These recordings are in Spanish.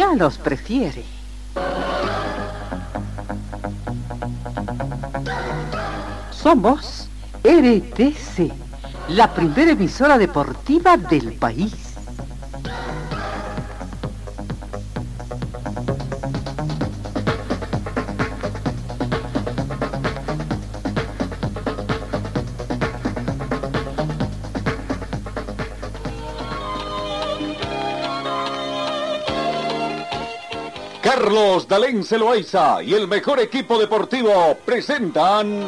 ya los prefiere. Somos RTC, la primera emisora deportiva del país. Carlos Dalén Loaiza y el mejor equipo deportivo presentan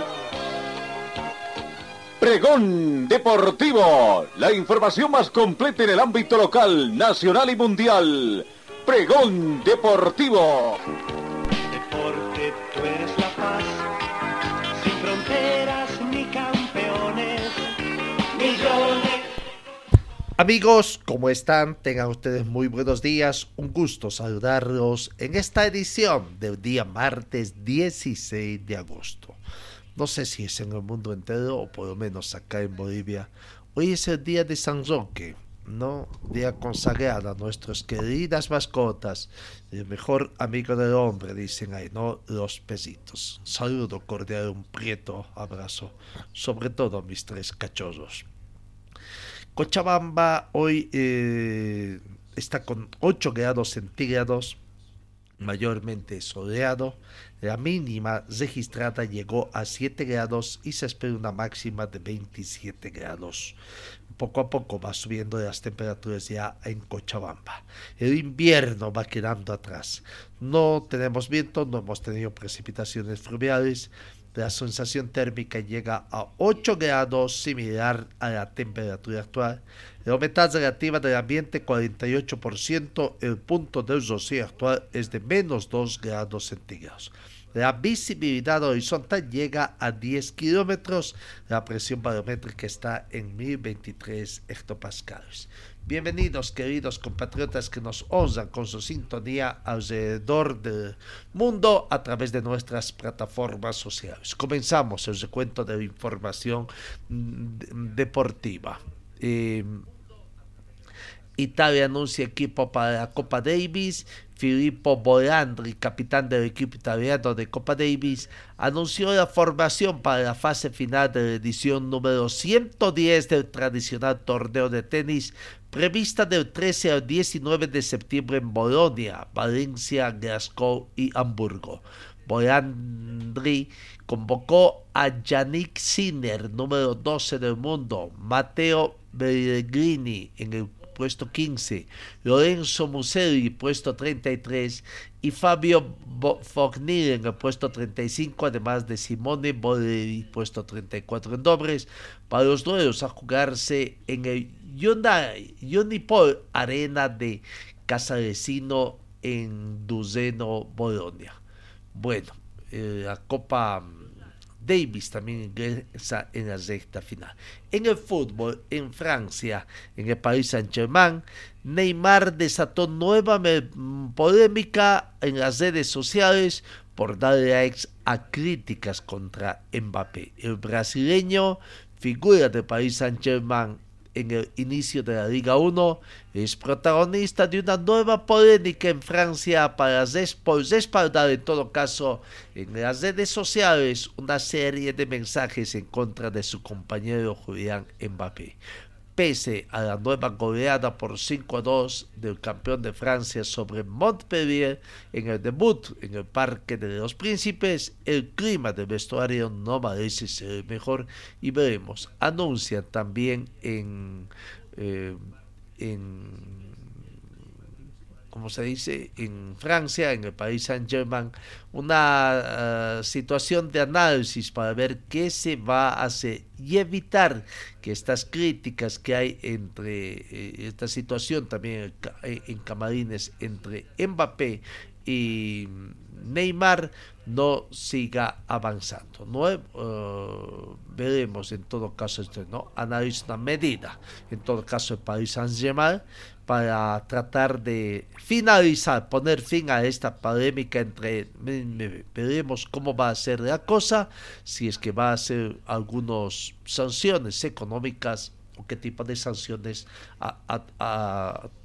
Pregón Deportivo, la información más completa en el ámbito local, nacional y mundial. Pregón Deportivo. Deporte, tú eres la paz, sin fronteras ni campeones, millones. Amigos, ¿cómo están? Tengan ustedes muy buenos días. Un gusto saludarlos en esta edición del día martes 16 de agosto. No sé si es en el mundo entero o por lo menos acá en Bolivia. Hoy es el día de San Roque, ¿no? Día consagrado a nuestras queridas mascotas. El mejor amigo del hombre, dicen ahí, ¿no? Los pesitos. Saludo cordial, un prieto abrazo. Sobre todo a mis 3 cachorros. Cochabamba hoy está con 8 grados centígrados, mayormente soleado. La mínima registrada llegó a 7 grados y se espera una máxima de 27 grados. Poco a poco va subiendo las temperaturas ya en Cochabamba. El invierno va quedando atrás. No tenemos viento, no hemos tenido precipitaciones fluviales. La sensación térmica llega a 8 grados, similar a la temperatura actual. La humedad relativa del ambiente 48%, el punto del rocío actual es de menos 2 grados centígrados. La visibilidad horizontal llega a 10 kilómetros, la presión barométrica está en 1023 hectopascales. Bienvenidos, queridos compatriotas que nos honran con su sintonía alrededor del mundo a través de nuestras plataformas sociales. Comenzamos el recuento de la información deportiva. Italia anuncia equipo para la Copa Davis. Filippo Bolandri, capitán del equipo italiano de Copa Davis, anunció la formación para la fase final de la edición número 110 del tradicional torneo de tenis, prevista del 13 al 19 de septiembre en Bolonia, Valencia, Glasgow y Hamburgo. Bolandri convocó a Yannick Sinner, número 12 del mundo, Matteo Pellegrini en el puesto 15, Lorenzo Muselli, puesto 33, y Fabio Fognini en el puesto 35, además de Simone Bolelli, puesto 34 en dobles, para los duelos a jugarse en el Unipol Arena de Casalesino en Duseno, Bolonia. Bueno, la Copa Davis también ingresa en la recta final. En el fútbol, en Francia, en el Paris Saint-Germain, Neymar desató nueva polémica en las redes sociales por darle likes a críticas contra Mbappé. El brasileño, figura del Paris Saint-Germain en el inicio de la Liga 1, es protagonista de una nueva polémica en Francia para respaldar en todo caso en las redes sociales una serie de mensajes en contra de su compañero Julián Mbappé. Pese a la nueva goleada por 5-2 del campeón de Francia sobre Montpellier en el debut en el Parque de los Príncipes, el clima del vestuario no parece ser el mejor y veremos. Anuncian también como se dice, en Francia, en el Paris Saint-Germain, una situación de análisis para ver qué se va a hacer y evitar que estas críticas que hay entre esta situación también en camarines entre Mbappé y Neymar no siga avanzando, ¿no? Veremos en todo caso esto, ¿no? Analiza una medida, en todo caso el Paris Saint-Germain, para tratar de finalizar, poner fin a esta polémica entre, veremos cómo va a ser la cosa, si es que va a ser algunas sanciones económicas o qué tipo de sanciones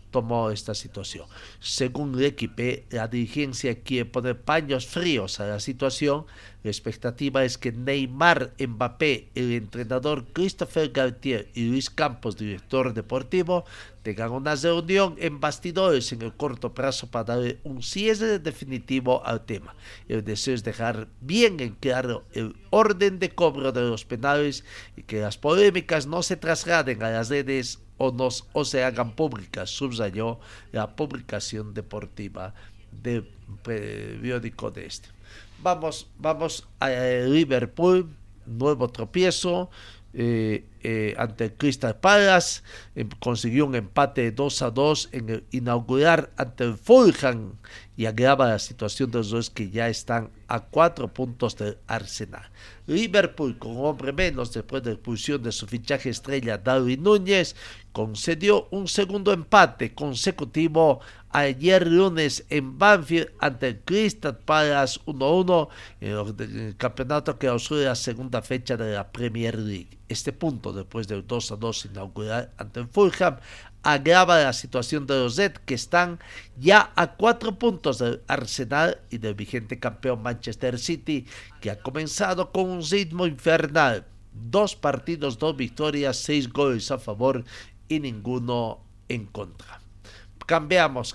tomó esta situación. Según el equipo, la dirigencia quiere poner paños fríos a la situación. La expectativa es que Neymar, Mbappé, el entrenador Christopher Galtier y Luis Campos, director deportivo, tengan una reunión en bastidores en el corto plazo para darle un cierre definitivo al tema. El deseo es dejar bien en claro el orden de cobro de los penales y que las polémicas no se trasladen a las redes o se hagan públicas, subrayó la publicación deportiva del periódico de este. Vamos a Liverpool, nuevo tropiezo ante el Crystal Palace, consiguió un empate 2-2 en el inaugural ante el Fulham y agrava la situación de los dos que ya están a 4 puntos del Arsenal. Liverpool, con un hombre menos después de la expulsión de su fichaje estrella Darwin Núñez, concedió un segundo empate consecutivo ayer lunes en Banfield ante el Crystal Palace 1-1 en el campeonato que clausura la segunda fecha de la Premier League. Este punto, después del 2-2 inaugural ante el Fulham, agrava la situación de los Reds, que están ya a 4 puntos del Arsenal y del vigente campeón Manchester City, que ha comenzado con un ritmo infernal. 2 partidos, 2 victorias, 6 goles a favor y ninguno en contra. Cambiamos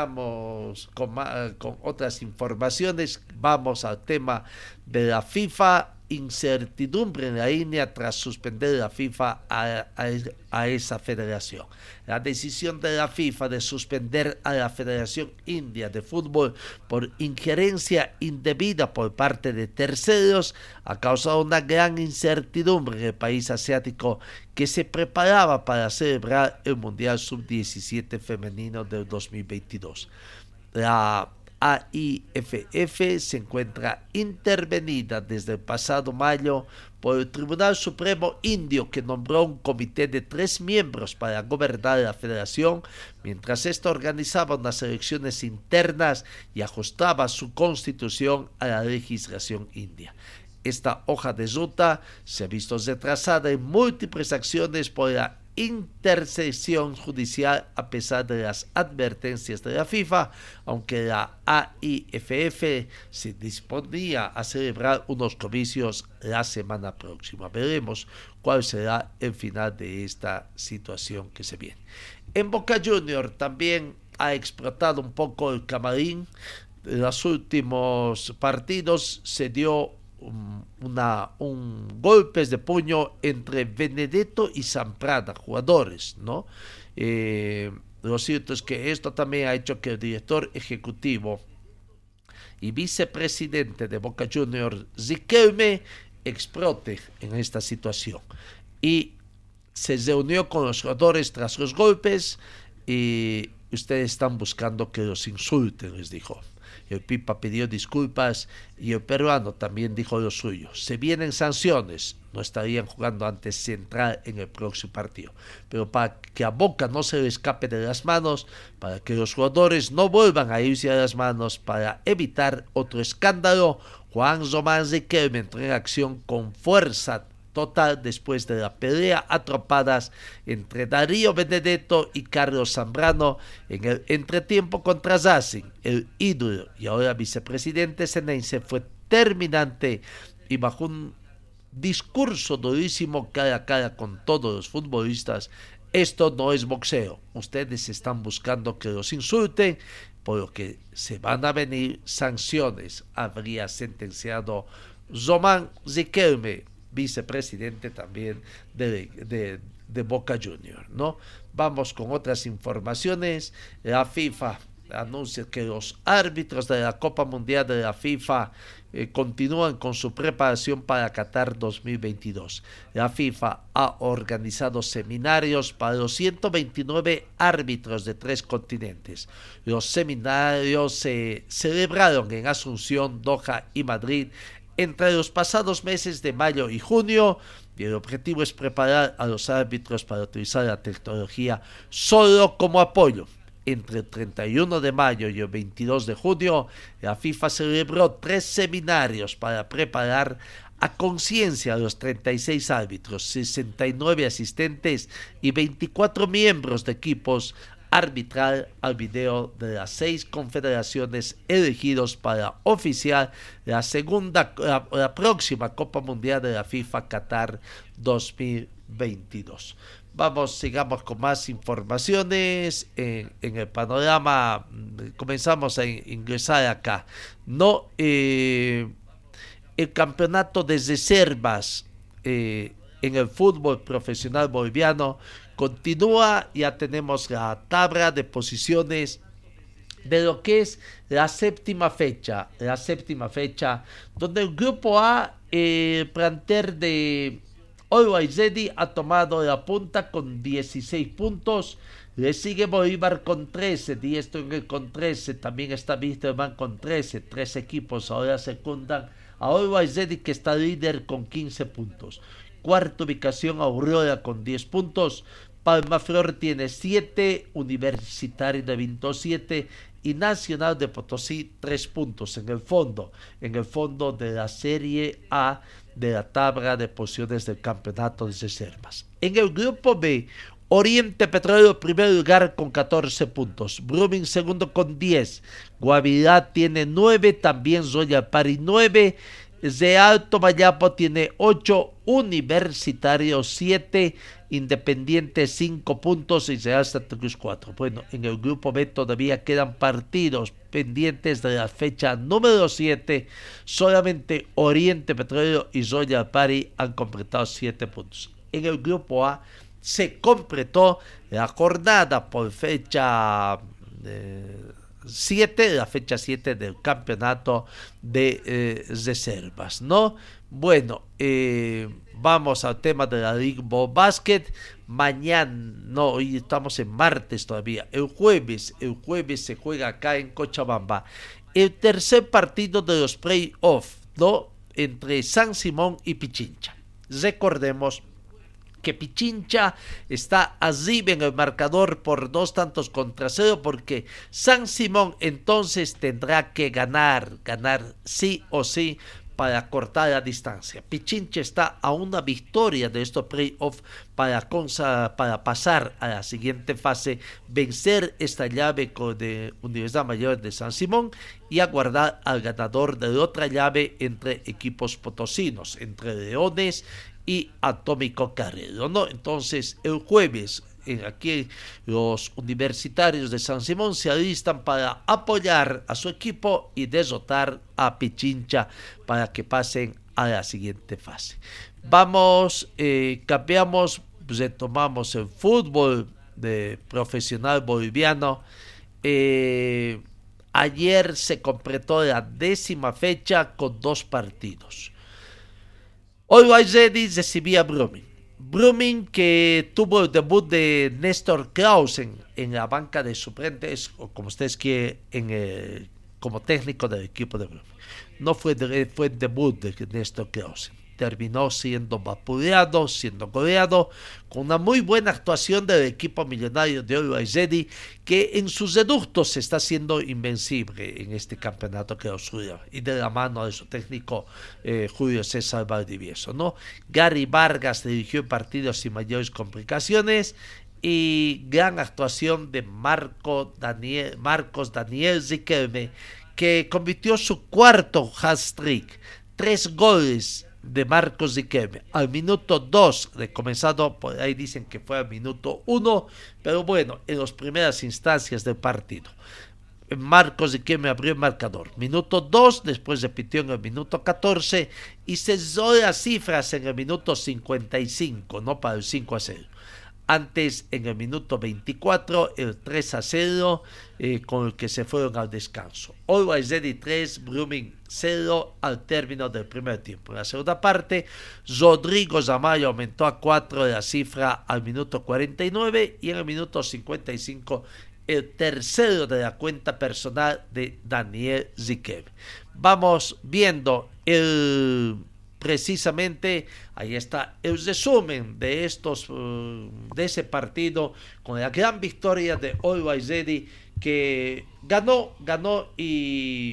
con otras informaciones. Vamos al tema de la FIFA. Incertidumbre en la línea tras suspender la FIFA a esa federación. La decisión de la FIFA de suspender a la Federación India de Fútbol por injerencia indebida por parte de terceros ha causado una gran incertidumbre en el país asiático que se preparaba para celebrar el Mundial Sub-17 femenino del 2022. La AIFF se encuentra intervenida desde el pasado mayo por el Tribunal Supremo Indio, que nombró un comité de 3 miembros para gobernar la federación, mientras ésta organizaba unas elecciones internas y ajustaba su constitución a la legislación india. Esta hoja de ruta se ha visto retrasada en múltiples acciones por la intercesión judicial a pesar de las advertencias de la FIFA, aunque la AIFF se disponía a celebrar unos comicios la semana próxima. Veremos cuál será el final de esta situación que se viene. En Boca Juniors también ha explotado un poco el camarín. En los últimos partidos se dio golpes de puño entre Benedetto y Zamprana, jugadores, ¿no? Lo cierto es que esto también ha hecho que el director ejecutivo y vicepresidente de Boca Juniors, Riquelme, explote en esta situación y se reunió con los jugadores tras los golpes y ustedes están buscando que los insulten, les dijo. El Pipa pidió disculpas y el peruano también dijo lo suyo. Se vienen sanciones, no estarían jugando antes Central en el próximo partido. Pero para que a Boca no se le escape de las manos, para que los jugadores no vuelvan a irse a las manos, para evitar otro escándalo, Juan Román Riquelme entró en acción con fuerza total después de la pelea a trompadas entre Darío Benedetto y Carlos Zambrano en el entretiempo contra Racing. El ídolo y ahora vicepresidente Xeneize fue terminante y bajo un discurso durísimo cara a cara con todos los futbolistas. Esto no es boxeo, ustedes están buscando que los insulten, por lo que se van a venir sanciones, habría sentenciado Román Riquelme, vicepresidente también de Boca Juniors, ¿no? Vamos con otras informaciones. La FIFA anuncia que los árbitros de la Copa Mundial de la FIFA continúan con su preparación para Qatar 2022. La FIFA ha organizado seminarios para los 129 árbitros de 3 continentes. Los seminarios se celebraron en Asunción, Doha y Madrid entre los pasados meses de mayo y junio, y el objetivo es preparar a los árbitros para utilizar la tecnología solo como apoyo. Entre el 31 de mayo y el 22 de junio, la FIFA celebró 3 seminarios para preparar a conciencia a los 36 árbitros, 69 asistentes y 24 miembros de equipos arbitral al video de las 6 confederaciones elegidos para oficiar la próxima Copa Mundial de la FIFA Qatar 2022. Sigamos con más informaciones en el panorama. Comenzamos a ingresar acá. El campeonato de reservas en el fútbol profesional boliviano continúa. Ya tenemos la tabla de posiciones de lo que es la séptima fecha, donde el grupo A, plantel de Always Ready ha tomado la punta con 16 puntos. Le sigue Bolívar con 13, Díaz con 13, también está Vísterman con 13. 3 equipos ahora secundan a Always Ready, que está líder con 15 puntos. Cuarta ubicación, Aurora con 10 puntos. Palmaflor tiene 7, Universitario de Vinto 7 y Nacional de Potosí 3 puntos en el fondo de la Serie A de la tabla de posiciones del campeonato de reservas. En el grupo B, Oriente Petrolero primer lugar con 14 puntos, Brumming segundo con 10, Guavirá tiene 9, también Royal Party 9, de Alto Mayapo tiene 8, Universitario 7, Independiente 5 puntos y Real Santa Cruz 4. Bueno, en el grupo B todavía quedan partidos pendientes de la fecha número 7. Solamente Oriente Petrolero y Royal Party han completado 7 puntos. En el grupo A se completó la jornada por fecha 7, la fecha 7 del campeonato de reservas, ¿no? Bueno, vamos al tema de la League Ball Basket. Mañana, hoy estamos en martes todavía. El jueves se juega acá en Cochabamba el tercer partido de los playoffs, ¿no? Entre San Simón y Pichincha. Recordemos que Pichincha está arriba en el marcador por 2-0, porque San Simón entonces tendrá que ganar sí o sí para cortar la distancia. Pichincha está a una victoria de estos playoffs para pasar a la siguiente fase, vencer esta llave de Universidad Mayor de San Simón y aguardar al ganador de la otra llave entre equipos potosinos, entre Leones y Atómico Carrero, ¿no? Entonces el jueves aquí los universitarios de San Simón se alistan para apoyar a su equipo y derrotar a Pichincha para que pasen a la siguiente fase. Cambiamos, retomamos el fútbol profesional boliviano. Ayer se completó la 10ª fecha con 2 partidos. Always Ready recibía a Brumming, que tuvo el debut de Néstor Clausen en la banca de suplentes, o como ustedes quieren, como técnico del equipo de Brumming. No fue el debut de Néstor Clausen. Terminó siendo vapuleado, siendo goleado, con una muy buena actuación del equipo millonario de Always Ready, que en sus reductos se está haciendo invencible en este campeonato clausura, y de la mano de su técnico Julio César Valdivieso, ¿no? Gary Vargas dirigió partidos sin mayores complicaciones, y gran actuación de Marcos Daniel Riquelme, que convirtió su cuarto hat-trick, 3 goles de Marcos Riquelme al minuto 2 de comenzado. Por ahí dicen que fue al minuto 1, pero bueno, en las primeras instancias del partido Marcos Riquelme abrió el marcador, minuto 2, después repitió en el minuto 14 y cerró las cifras en el minuto 55, ¿no? Para el 5-0. Antes, en el minuto 24, el 3-0 con el que se fueron al descanso. Always Ready 3, Brumming 0 al término del primer tiempo. En la segunda parte, Rodrigo Zamayo aumentó a 4 la cifra al minuto 49 y en el minuto 55 el tercero de la cuenta personal de Daniel Riquelme. Vamos viendo precisamente, ahí está el resumen de ese partido con la gran victoria de Always Ready, que ganó y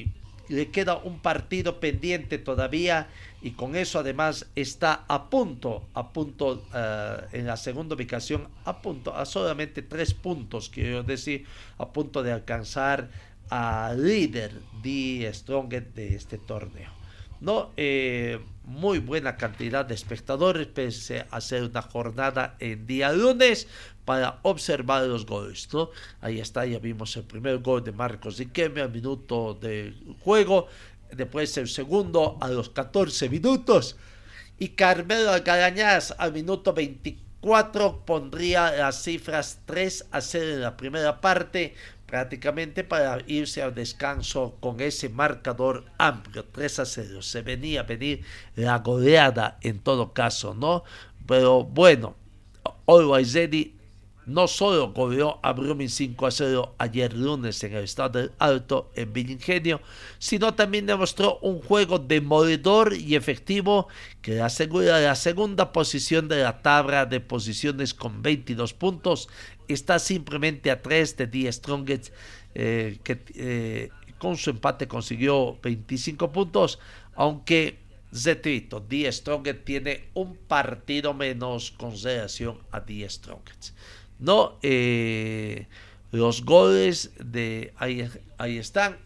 le queda un partido pendiente todavía y con eso además está a punto en la segunda ubicación, a solamente 3 puntos, quiero decir, a punto de alcanzar al líder de Strongest de este torneo. No, muy buena cantidad de espectadores pese a ser una jornada en día lunes para observar los goles, ¿no? Ahí está, ya vimos el primer gol de Marcos Riquelme al minuto de juego, después el segundo a los 14 minutos y Carmelo Algarañaz al minuto 24 pondría las cifras 3-0 en la primera parte, prácticamente para irse al descanso con ese marcador amplio, 3-0. Se venía a venir la goleada en todo caso, ¿no? Pero bueno, Always Ready no solo goleó a Brumming 5-0 ayer lunes en el Estado del Alto en Villa Ingenio, sino también demostró un juego demoledor y efectivo que le asegura la segunda posición de la tabla de posiciones con 22 puntos. Está simplemente a 3 de The Strongest, que con su empate consiguió 25 puntos, aunque Zetrito, The Strongest tiene un partido menos con relación a The Strongest. No, los goles de ahí están.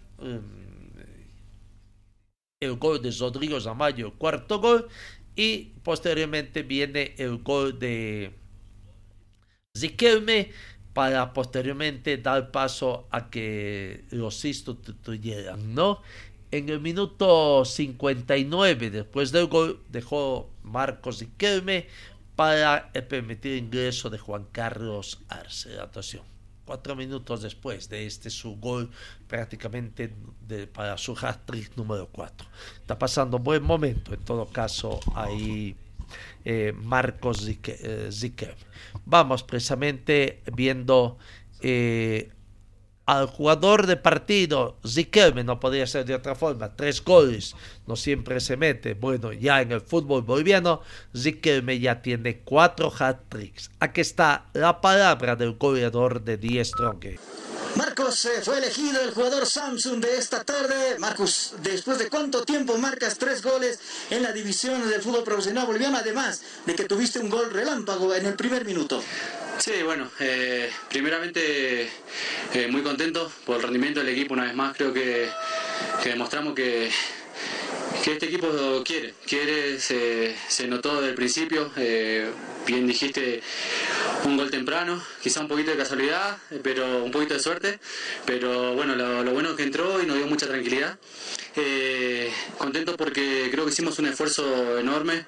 El gol de Rodrigo Zamayo, el cuarto gol, y posteriormente viene el gol de Riquelme para posteriormente dar paso a que los sustituyeran, ¿no? En el minuto 59, después del gol, dejó Marcos Riquelme para permitir el ingreso de Juan Carlos Arce. Atención, 4 minutos después de su gol prácticamente para su hat-trick número 4. Está pasando un buen momento en todo caso ahí Marcos Riquelme. Vamos precisamente viendo al jugador de partido. Riquelme no podría ser de otra forma, 3 goles, no siempre se mete. Bueno, ya en el fútbol boliviano Riquelme ya tiene 4 hat-tricks. Aquí está la palabra del goleador de The Strongest. Marcos fue elegido el jugador Samsung de esta tarde. Marcos, ¿después de cuánto tiempo marcas 3 goles en la división del fútbol profesional boliviano? Además de que tuviste un gol relámpago en el primer minuto. Sí, bueno, primeramente muy contento por el rendimiento del equipo una vez más. Creo que demostramos que este equipo quiere, se notó desde el principio. Bien dijiste, un gol temprano, quizá un poquito de casualidad, pero un poquito de suerte, pero bueno, lo bueno es que entró y nos dio mucha tranquilidad. Contento porque creo que hicimos un esfuerzo enorme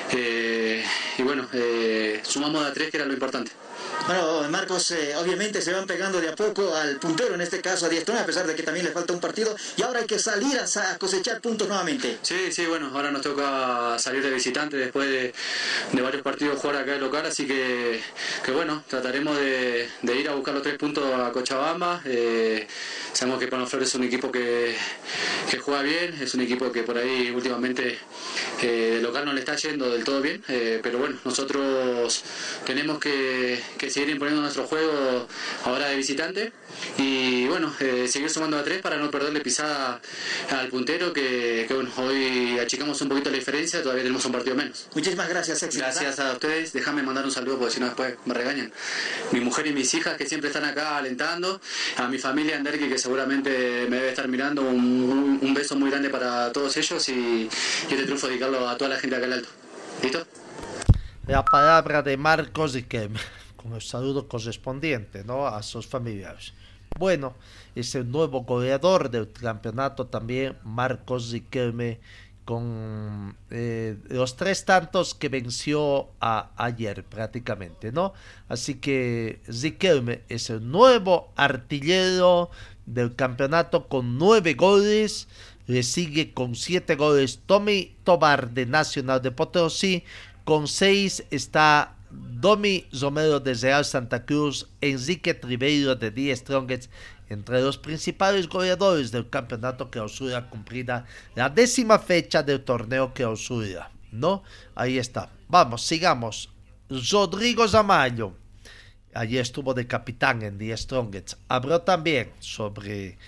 y bueno, sumamos a 3, que era lo importante. Bueno, Marcos, obviamente se van pegando de a poco al puntero, en este caso a The Strongest, a pesar de que también le falta un partido, y ahora hay que salir a cosechar puntos nuevamente. Sí, bueno, ahora nos toca salir de visitante después de varios partidos jugar acá de local, así que bueno, trataremos de ir a buscar los 3 puntos a Cochabamba. Sabemos que Palma Flores es un equipo que juega bien, es un equipo que por ahí últimamente de local no le está yendo del todo bien, pero bueno, nosotros tenemos que seguir imponiendo nuestro juego ahora de visitante y bueno, seguir sumando a 3 para no perderle pisada al puntero, que bueno, hoy achicamos un poquito la diferencia, todavía tenemos un partido menos. Muchísimas gracias, éxito. Gracias a ustedes, déjame mandar un saludo porque si no después me regañan. Mi mujer y mis hijas que siempre están acá alentando, a mi familia Anderki que seguramente me debe estar mirando, un beso muy grande para todos ellos y este triunfo dedicarlo a toda la gente acá al alto. ¿Listo? La palabra de Marcos Riquelme, con el saludo correspondiente, ¿no?, a sus familiares. Bueno, es el nuevo goleador del campeonato también, Marcos Riquelme, con los 3 tantos que venció ayer prácticamente, ¿no? Así que Riquelme es el nuevo artillero del campeonato con 9 goles. Le sigue con 7 goles Tommy Tobar de Nacional de Potosí. Con 6 está Domi Romero de Real Santa Cruz, Enrique Tribeiro de The Strongest, entre los principales goleadores del campeonato clausura cumplida la 10ª fecha del torneo clausura, ¿no? Ahí está. Vamos, sigamos. Rodrigo Zamayo, ayer estuvo de capitán en The Strongest, habló también sobre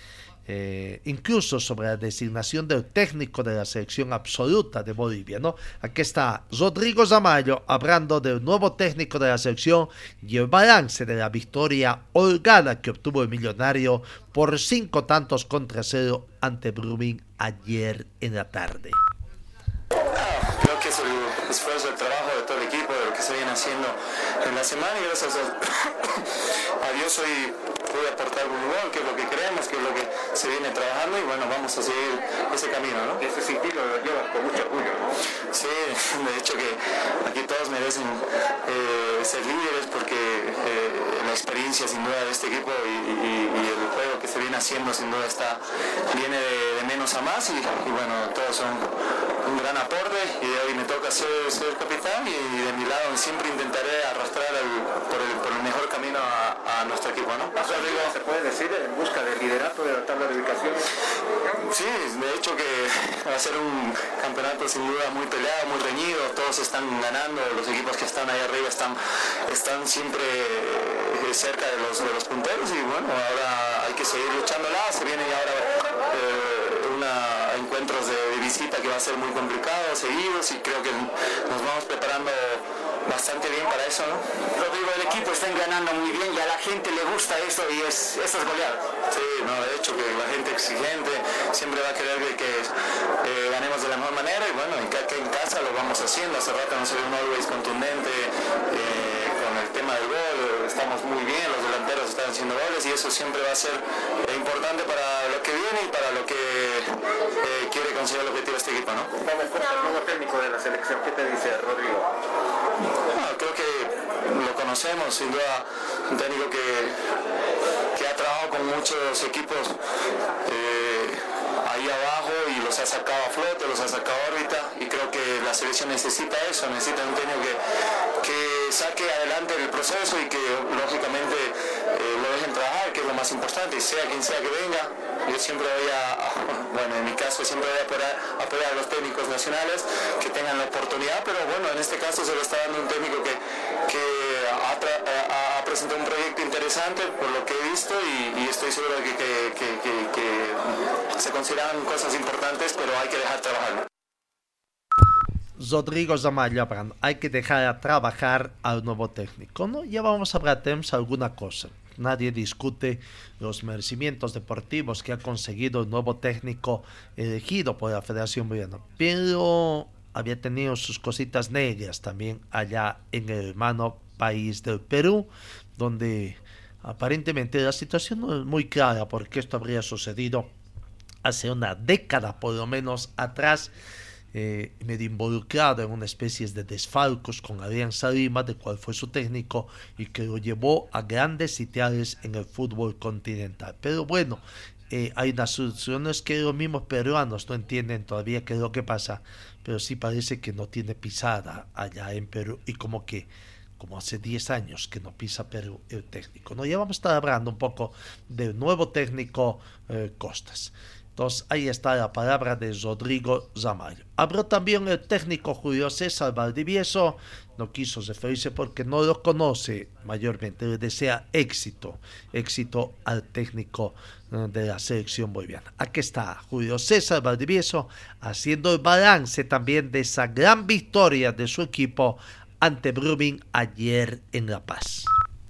incluso sobre la designación del técnico de la selección absoluta de Bolivia, ¿no? Aquí está Rodrigo Zamayo hablando del nuevo técnico de la selección y el balance de la victoria holgada que obtuvo el Millonario por 5-0 ante Blooming ayer en la tarde. Creo que es el esfuerzo, el trabajo de todo el equipo, de lo que se viene haciendo en la semana, y gracias a Dios hoy pude aportar un gol, que es lo que creemos, que es lo que se viene trabajando, y bueno, vamos a seguir ese camino, ¿no? Ese sentido lo llevas con mucho orgullo, ¿no? Sí, de hecho que aquí todos merecen ser líderes, porque la experiencia sin duda de este equipo y el juego que se viene haciendo sin duda viene de menos a más, y bueno, todos son un gran aporte, y hoy me toca ser capitán, y de mi lado siempre intentaré arrastrar por el mejor camino a nuestro equipo, ¿no? ¿Se puede decir en busca del liderato de la tabla de ubicaciones? Sí, de hecho que va a ser un campeonato sin duda muy peleado, muy reñido, todos están ganando, los equipos que están ahí arriba están siempre cerca de los punteros, y bueno, ahora hay que seguir luchándola. Se vienen ahora encuentros de visita que va a ser muy complicados, seguidos, y creo que nos vamos preparando bastante bien para eso, ¿no? Rodrigo, el equipo está ganando muy bien y a la gente le gusta eso, y estas goleadas. Sí, no, de hecho que la gente exigente siempre va a querer que ganemos de la mejor manera, y bueno, en casa lo vamos haciendo. Hace rato nos salió un always contundente con el tema del gol, estamos muy bien, los delanteros están haciendo goles, y eso siempre va a ser importante para lo que viene y para lo que quiere conseguir el objetivo de este equipo, ¿no? Vamos con el nuevo técnico de la selección. ¿Qué te dice Rodrigo? Creo que lo conocemos, sin duda, un técnico que ha trabajado con muchos equipos ahí abajo y los ha sacado a flote, los ha sacado a órbita, y creo que la selección necesita eso, necesita un técnico que saque adelante el proceso y que lógicamente lo dejen trabajar, que es lo más importante, y sea quien sea que venga. Yo siempre bueno, en mi caso siempre voy a apoyar a los técnicos nacionales que tengan la oportunidad, pero bueno, en este caso se lo está dando un técnico que ha presentado un proyecto interesante por lo que he visto, y estoy seguro de que se consideran cosas importantes, pero hay que dejar trabajar. Rodrigo Zamayo, hay que dejar trabajar al nuevo técnico, ¿no? Ya vamos a hablar de alguna cosa. Nadie discute los merecimientos deportivos que ha conseguido el nuevo técnico elegido por la Federación Boliviana, pero había tenido sus cositas negras también allá en el hermano país del Perú, donde aparentemente la situación no es muy clara, porque esto habría sucedido hace una década por lo menos atrás, medio involucrado en una especie de desfalcos con Alianza Lima, de cual fue su técnico, y que lo llevó a grandes sitiales en el fútbol continental. Pero bueno, hay unas soluciones que los mismos peruanos no entienden todavía qué es lo que pasa, pero sí parece que no tiene pisada allá en Perú, y como hace 10 años que no pisa Perú el técnico, ¿no? Ya vamos a estar hablando un poco del nuevo técnico Costas. Entonces ahí está la palabra de Rodrigo Zamayo. Habló también el técnico Julio César Valdivieso, no quiso referirse porque no lo conoce mayormente, le desea éxito al técnico de la selección boliviana. Aquí está Julio César Valdivieso haciendo el balance también de esa gran victoria de su equipo ante Blooming ayer en La Paz.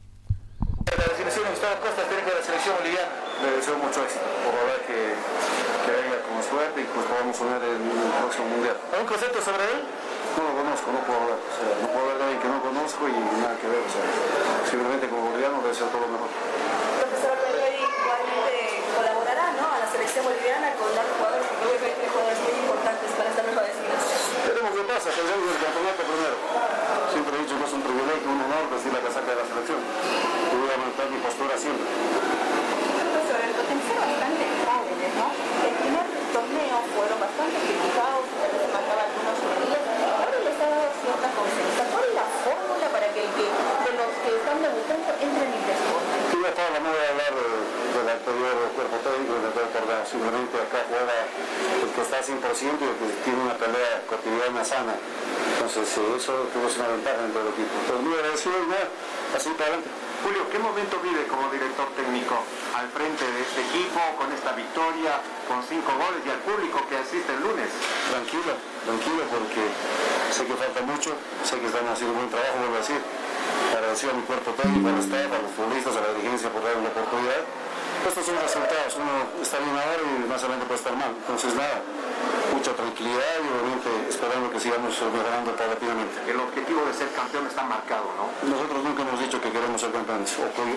La definición de Gustavo Costas, técnico de la selección boliviana, le deseo mucho éxito. Por verdad que venga con suerte y pues podamos unir en el próximo mundial. ¿Algún concepto sobre él? No lo conozco, no puedo hablar. No puedo hablar de alguien que no conozco y nada que ver. Simplemente como boliviano le deseo todo lo mejor. Profesor Alberto, igualmente colaborará, ¿no?, a la selección boliviana con los jugadores, porque obviamente hay jugadores muy importantes para esta nueva designación. Veremos qué pasa, pensemos en el campeonato primero. Siempre he dicho que es un privilegio, un honor vestir la casaca de la selección. Yo voy a mantener mi postura siempre. Profesor, el potencial bastante jóvenes, ¿no? El primer torneo fueron bastante criticados, tal vez se marcaban algunos medios. Ahora les ha dado cierta confianza. ¿Cuál es la fórmula para que de los que están debutando entren en deporte? Sí, Paula, no voy a hablar del anterior cuerpo técnico, del anterior torneo. Simplemente acá juega el que está 100% y el que tiene una pelea cotidiana sana. Entonces, eso tuvo una ventaja en todo el equipo. Entonces, muy agradecido y nada, así para adelante. Julio, ¿qué momento vive como director técnico al frente de este equipo, con esta victoria, con 5 goles y al público que asiste el lunes? Tranquilo, porque sé que falta mucho, sé que están haciendo un buen trabajo, vuelvo a decir. Agradecido a mi cuerpo técnico, al staff, a los futbolistas, a la dirigencia por darme la oportunidad. Estos son resultados, uno está bien ahora y más adelante puede estar mal. Entonces nada, mucha tranquilidad y obviamente esperando que sigamos mejorando paulatinamente. El objetivo de ser campeón está marcado, ¿no? Nosotros nunca hemos dicho que queremos ser campeones,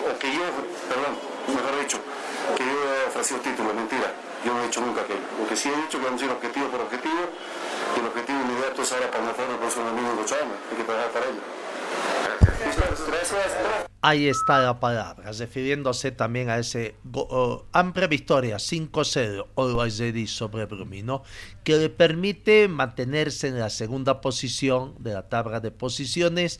mejor dicho, que yo he ofrecido título, mentira. Yo no he dicho nunca aquello. Lo que sí he dicho que vamos a ir objetivo por objetivo y el objetivo inmediato es ahora para mejorar el próximo amigo de Cochabamba. Hay que trabajar para ello. Gracias. Ahí está la palabra, refiriéndose también a ese amplia victoria 5-0 Always Ready sobre Brummie, ¿no? Que le permite mantenerse en la segunda posición de la tabla de posiciones.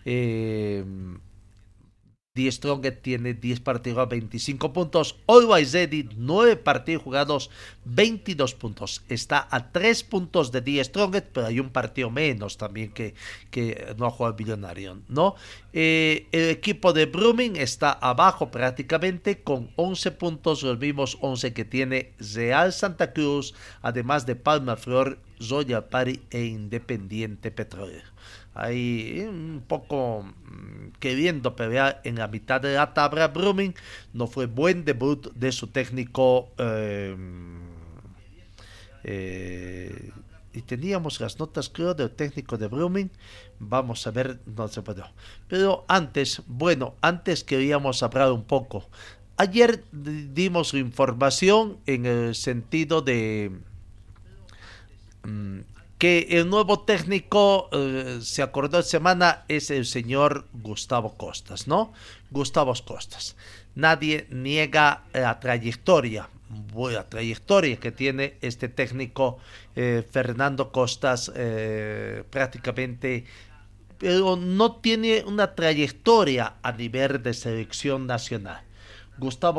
Die Strongest tiene 10 partidos, 25 puntos. Always Ready, 9 partidos jugados, 22 puntos. Está a 3 puntos de Die Strongest, pero hay un partido menos también que no ha jugado el Millonario, ¿no? El equipo de Brummie está abajo prácticamente con 11 puntos, los mismos 11 que tiene Real Santa Cruz, además de Palma Flor, Royal Party e Independiente Petrolero. Ahí un poco queriendo pelear en la mitad de la tabla. Brummie no fue buen debut de su técnico y teníamos las notas, creo, del técnico de Brummie. Vamos a ver, no se puede. Pero antes queríamos hablar un poco. Ayer dimos información en el sentido de que el nuevo técnico, se acordó esta semana, es el señor Gustavo Costas, ¿no? Gustavo Costas. Nadie niega la trayectoria que tiene este técnico, Fernando Costas, prácticamente, pero no tiene una trayectoria a nivel de selección nacional. Gustavo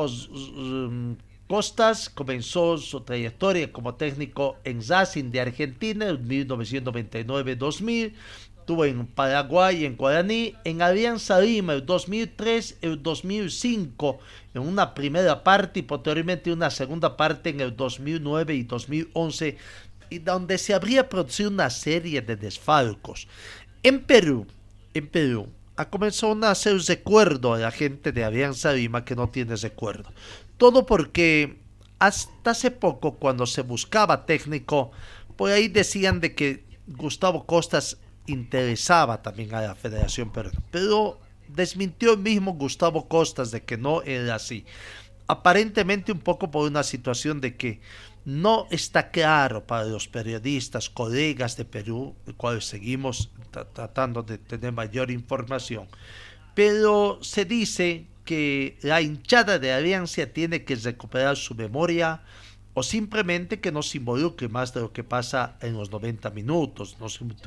Costas comenzó su trayectoria como técnico en Racing de Argentina en 1999-2000, estuvo en Paraguay, en Guaraní, en Alianza Lima el 2003, el 2005 en una primera parte y posteriormente una segunda parte en el 2009 y 2011, y donde se habría producido una serie de desfalcos. En Perú ha comenzado a hacer recuerdo a la gente de Alianza Lima que no tiene recuerdo. Todo porque hasta hace poco, cuando se buscaba técnico, por ahí decían de que Gustavo Costas interesaba también a la Federación Peruana, pero desmintió el mismo Gustavo Costas de que no era así. Aparentemente un poco por una situación de que no está claro para los periodistas, colegas de Perú, el cual seguimos tratando de tener mayor información, pero se dice que la hinchada de Alianza tiene que recuperar su memoria o simplemente que no se involucre más de lo que pasa en los 90 minutos.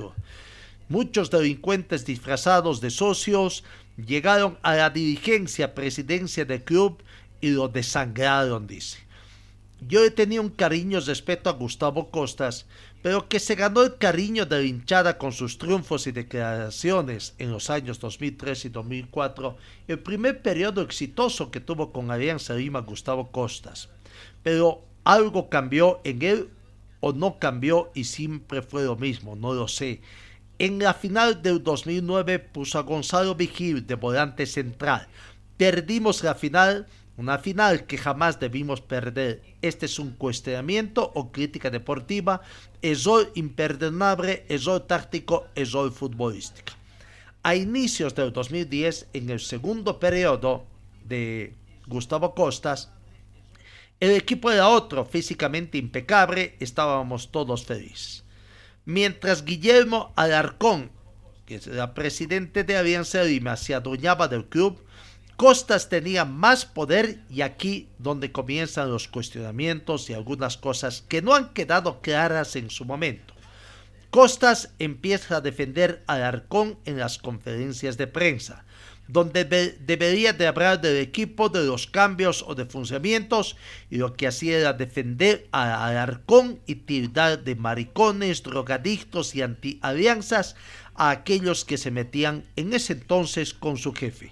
Muchos delincuentes disfrazados de socios llegaron a la presidencia del club y lo desangraron, dice. Yo he tenido un cariño y respeto a Gustavo Costas, pero que se ganó el cariño de la hinchada con sus triunfos y declaraciones en los años 2003 y 2004, el primer periodo exitoso que tuvo con Alianza Lima Gustavo Costas. Pero algo cambió en él o no cambió y siempre fue lo mismo, no lo sé. En la final del 2009 puso a Gonzalo Vigil de volante central. Perdimos la final, una final que jamás debimos perder. Este es un cuestionamiento o crítica deportiva, error imperdonable, error táctico, error futbolístico. A inicios del 2010, en el segundo periodo de Gustavo Costas, el equipo era otro, físicamente impecable, estábamos todos felices. Mientras Guillermo Alarcón, que era presidente de Alianza Lima, se adueñaba del club, Costas tenía más poder, y aquí donde comienzan los cuestionamientos y algunas cosas que no han quedado claras en su momento. Costas empieza a defender a Alarcón en las conferencias de prensa, donde debería de hablar del equipo, de los cambios o de funcionamientos, y lo que hacía era defender a Alarcón y tildar de maricones, drogadictos y anti-alianzas a aquellos que se metían en ese entonces con su jefe.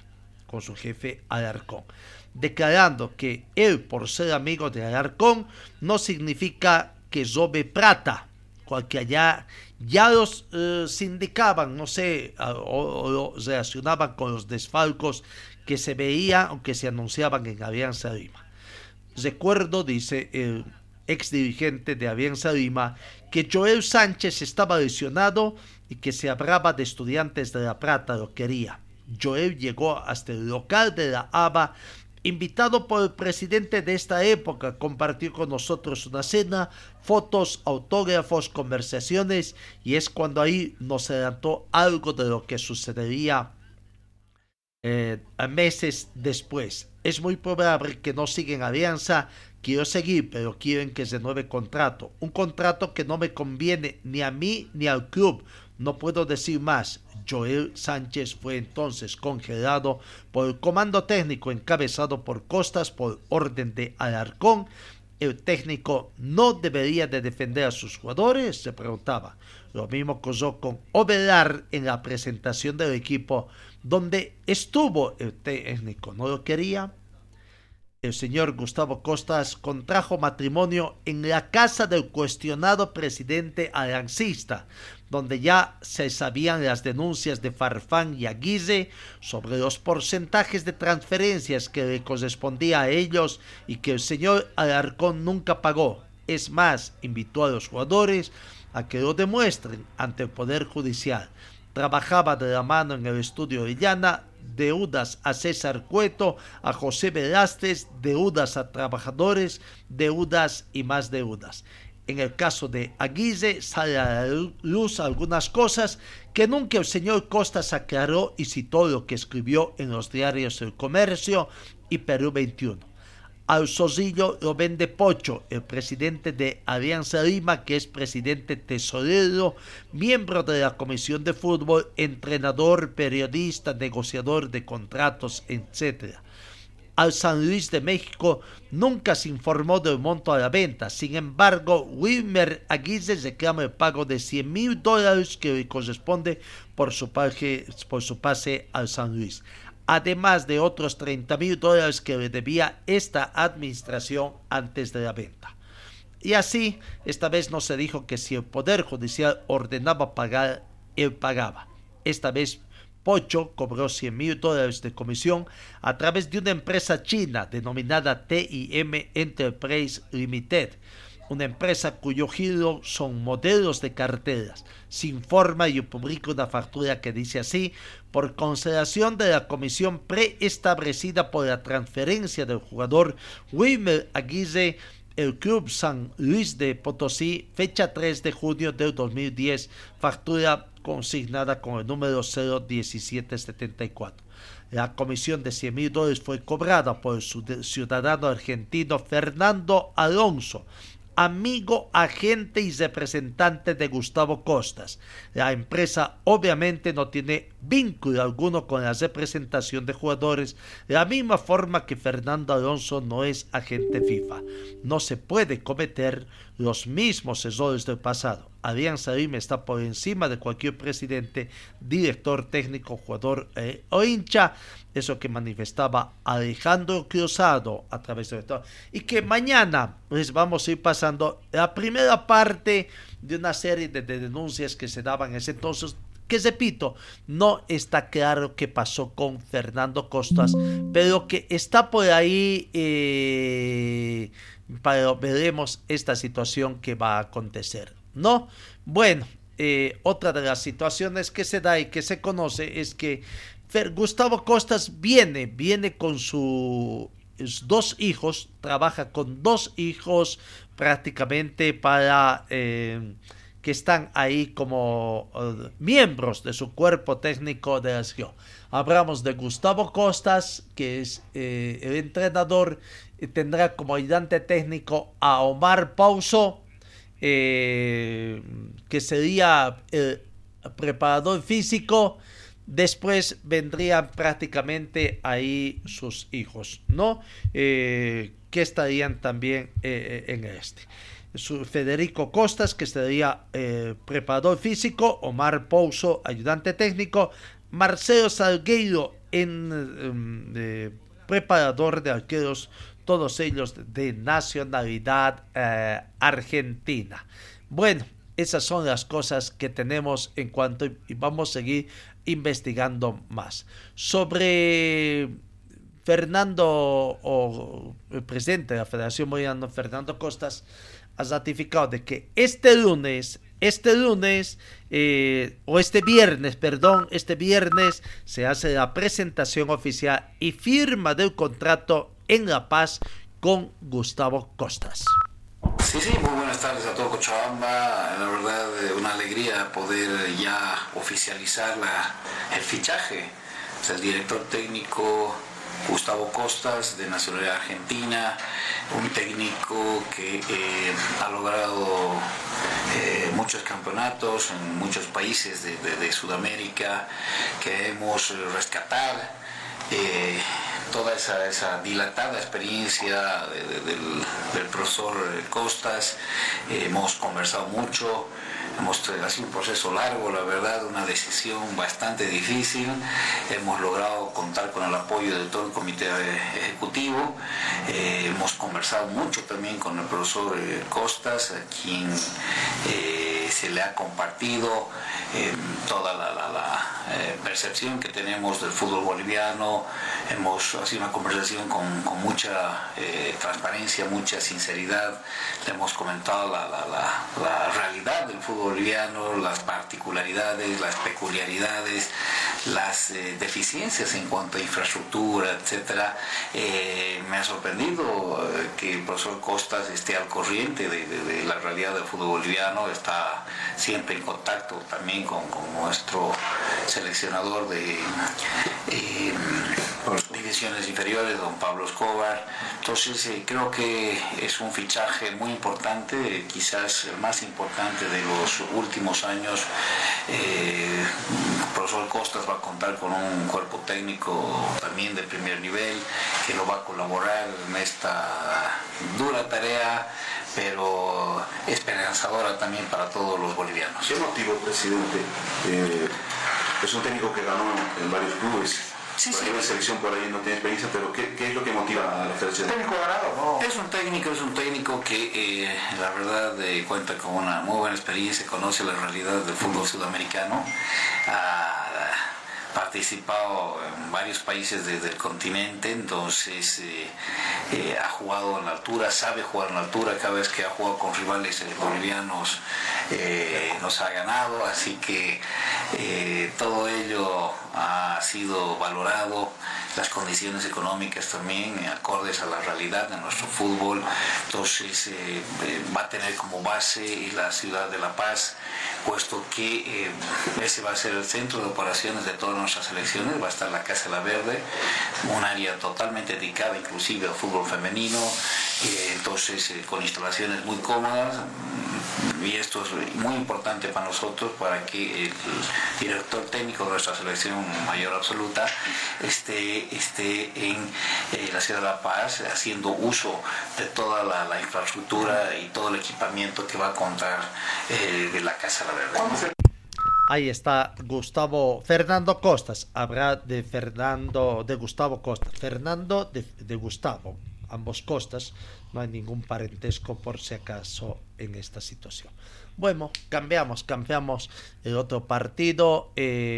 con su jefe Alarcón, declarando que él, por ser amigo de Alarcón, no significa que robe plata, porque allá ya los sindicaban, no sé, o relacionaban con los desfalcos que se veían o que se anunciaban en Alianza Lima. Recuerdo, dice el ex dirigente de Alianza Lima, que Joel Sánchez estaba lesionado y que se hablaba de Estudiantes de La Plata, lo quería. Joel llegó hasta el local de la ABA, invitado por el presidente de esta época, compartió con nosotros una cena, fotos, autógrafos, conversaciones, y es cuando ahí nos adelantó algo de lo que sucedería meses después. Es muy probable que no sigan Alianza. Quiero seguir, pero quieren que renueve contrato. Un contrato que no me conviene ni a mí ni al club. No puedo decir más. Joel Sánchez fue entonces congelado por el comando técnico encabezado por Costas por orden de Alarcón. ¿El técnico no debería de defender a sus jugadores?, se preguntaba. Lo mismo ocurrió con Ovelar en la presentación del equipo, donde estuvo el técnico. ¿No lo quería? El señor Gustavo Costas contrajo matrimonio en la casa del cuestionado presidente aliancista, donde ya se sabían las denuncias de Farfán y Aguirre sobre los porcentajes de transferencias que le correspondía a ellos y que el señor Alarcón nunca pagó. Es más, invitó a los jugadores a que lo demuestren ante el Poder Judicial. Trabajaba de la mano en el estudio de Llana, deudas a César Cueto, a José Velázquez, deudas a trabajadores, deudas y más deudas. En el caso de Aguirre sale a la luz algunas cosas que nunca el señor Costas aclaró y citó lo que escribió en los diarios El Comercio y Perú 21. Al Sozillo lo vende Pocho, el presidente de Alianza Lima, que es presidente tesorero, miembro de la Comisión de Fútbol, entrenador, periodista, negociador de contratos, etc. Al San Luis de México nunca se informó del monto a la venta. Sin embargo, Wilmer Aguirre reclama el pago de $100,000 que le corresponde por su pase al San Luis, además de otros $30,000 que le debía esta administración antes de la venta. Y así, esta vez no se dijo que si el Poder Judicial ordenaba pagar, él pagaba. Esta vez Pocho cobró $100,000 de comisión a través de una empresa china denominada TIM Enterprise Limited, una empresa cuyo giro son modelos de carteras. Se informa y publica una factura que dice así: por consideración de la comisión preestablecida por la transferencia del jugador Wilmer Aguirre, el Club San Luis de Potosí, fecha 3 de junio del 2010, factura consignada con el número 01774. La comisión de $100,000 fue cobrada por el ciudadano argentino Fernando Alonso, amigo, agente y representante de Gustavo Costas. La empresa obviamente no tiene vínculo alguno con la representación de jugadores, de la misma forma que Fernando Alonso no es agente FIFA. No se puede cometer los mismos errores del pasado. Alianza Lima está por encima de cualquier presidente, director técnico, jugador o hincha. Eso que manifestaba Alejandro Cruzado a través de todo. Y que mañana les vamos a ir pasando la primera parte de una serie de denuncias que se daban en ese entonces, que repito, no está claro qué pasó con Fernando Costas, pero que está por ahí, veremos esta situación que va a acontecer, ¿no? Bueno, otra de las situaciones que se da y que se conoce es que Gustavo Costas viene con sus dos hijos, trabaja con dos hijos prácticamente para que están ahí como miembros de su cuerpo técnico de la región. Hablamos de Gustavo Costas, que es el entrenador, tendrá como ayudante técnico a Omar Pauso, que sería el preparador físico. Después vendrían prácticamente ahí sus hijos, ¿no? Que estarían también en este. Federico Costas, que sería preparador físico, Omar Pouso, ayudante técnico, Marcelo Salgueiro, preparador de arqueros, todos ellos de nacionalidad argentina. Bueno, esas son las cosas que tenemos en cuanto, y vamos a seguir investigando más. Sobre Fernando, o el presidente de la Federación Boliviana, Fernando Costas, ha ratificado de que este viernes se hace la presentación oficial y firma del contrato en La Paz con Gustavo Costas. Sí, muy buenas tardes a todo Cochabamba. La verdad, una alegría poder ya oficializar el fichaje del director técnico Gustavo Costas, de nacionalidad argentina, un técnico que ha logrado muchos campeonatos en muchos países de Sudamérica. Queremos rescatar toda esa dilatada experiencia del profesor Costas. Hemos conversado mucho. Ha sido un proceso largo, la verdad, una decisión bastante difícil. Hemos logrado contar con el apoyo de todo el comité ejecutivo. Hemos conversado mucho también con el profesor Costas, a quien se le ha compartido toda la percepción que tenemos del fútbol boliviano. Hemos sido una conversación con mucha transparencia, mucha sinceridad. Le hemos comentado la realidad del fútbol boliviano, las particularidades, las peculiaridades, las deficiencias en cuanto a infraestructura, etcétera. Me ha sorprendido que el profesor Costas esté al corriente de la realidad del fútbol boliviano. Está siempre en contacto también con nuestro seleccionador de divisiones inferiores, don Pablo Escobar. Entonces creo que es un fichaje muy importante, quizás el más importante de los últimos años. El profesor Costas va a contar con un cuerpo técnico también de primer nivel que lo va a colaborar en esta dura tarea, pero esperanzadora también para todos los bolivianos. ¿Qué motivo, presidente? Es un técnico que ganó en varios clubes. Sí. La selección por ahí no tiene experiencia, pero ¿qué es lo que motiva a la selección? ¿Técnico ganado? No. Es un técnico que la verdad cuenta con una muy buena experiencia, conoce la realidad del fútbol sudamericano, ha participado en varios países del continente, entonces ha jugado en la altura, sabe jugar en la altura. Cada vez que ha jugado con rivales bolivianos nos ha ganado, así que todo ello ha sido valorado, las condiciones económicas también acordes a la realidad de nuestro fútbol. Entonces va a tener como base la ciudad de La Paz, puesto que ese va a ser el centro de operaciones de todas nuestras selecciones. Va a estar la Casa La Verde, un área totalmente dedicada inclusive al fútbol femenino, entonces con instalaciones muy cómodas, y esto es muy importante para nosotros, para que el director técnico de nuestra selección mayor absoluta esté en la ciudad de La Paz, haciendo uso de toda la infraestructura y todo el equipamiento que va a contar de la Casa La Verde. Ahí está Fernando Costas. Habrá de Gustavo Costas. Fernando de Gustavo. Ambos Costas. No hay ningún parentesco por si acaso en esta situación. Bueno, cambiamos el otro partido.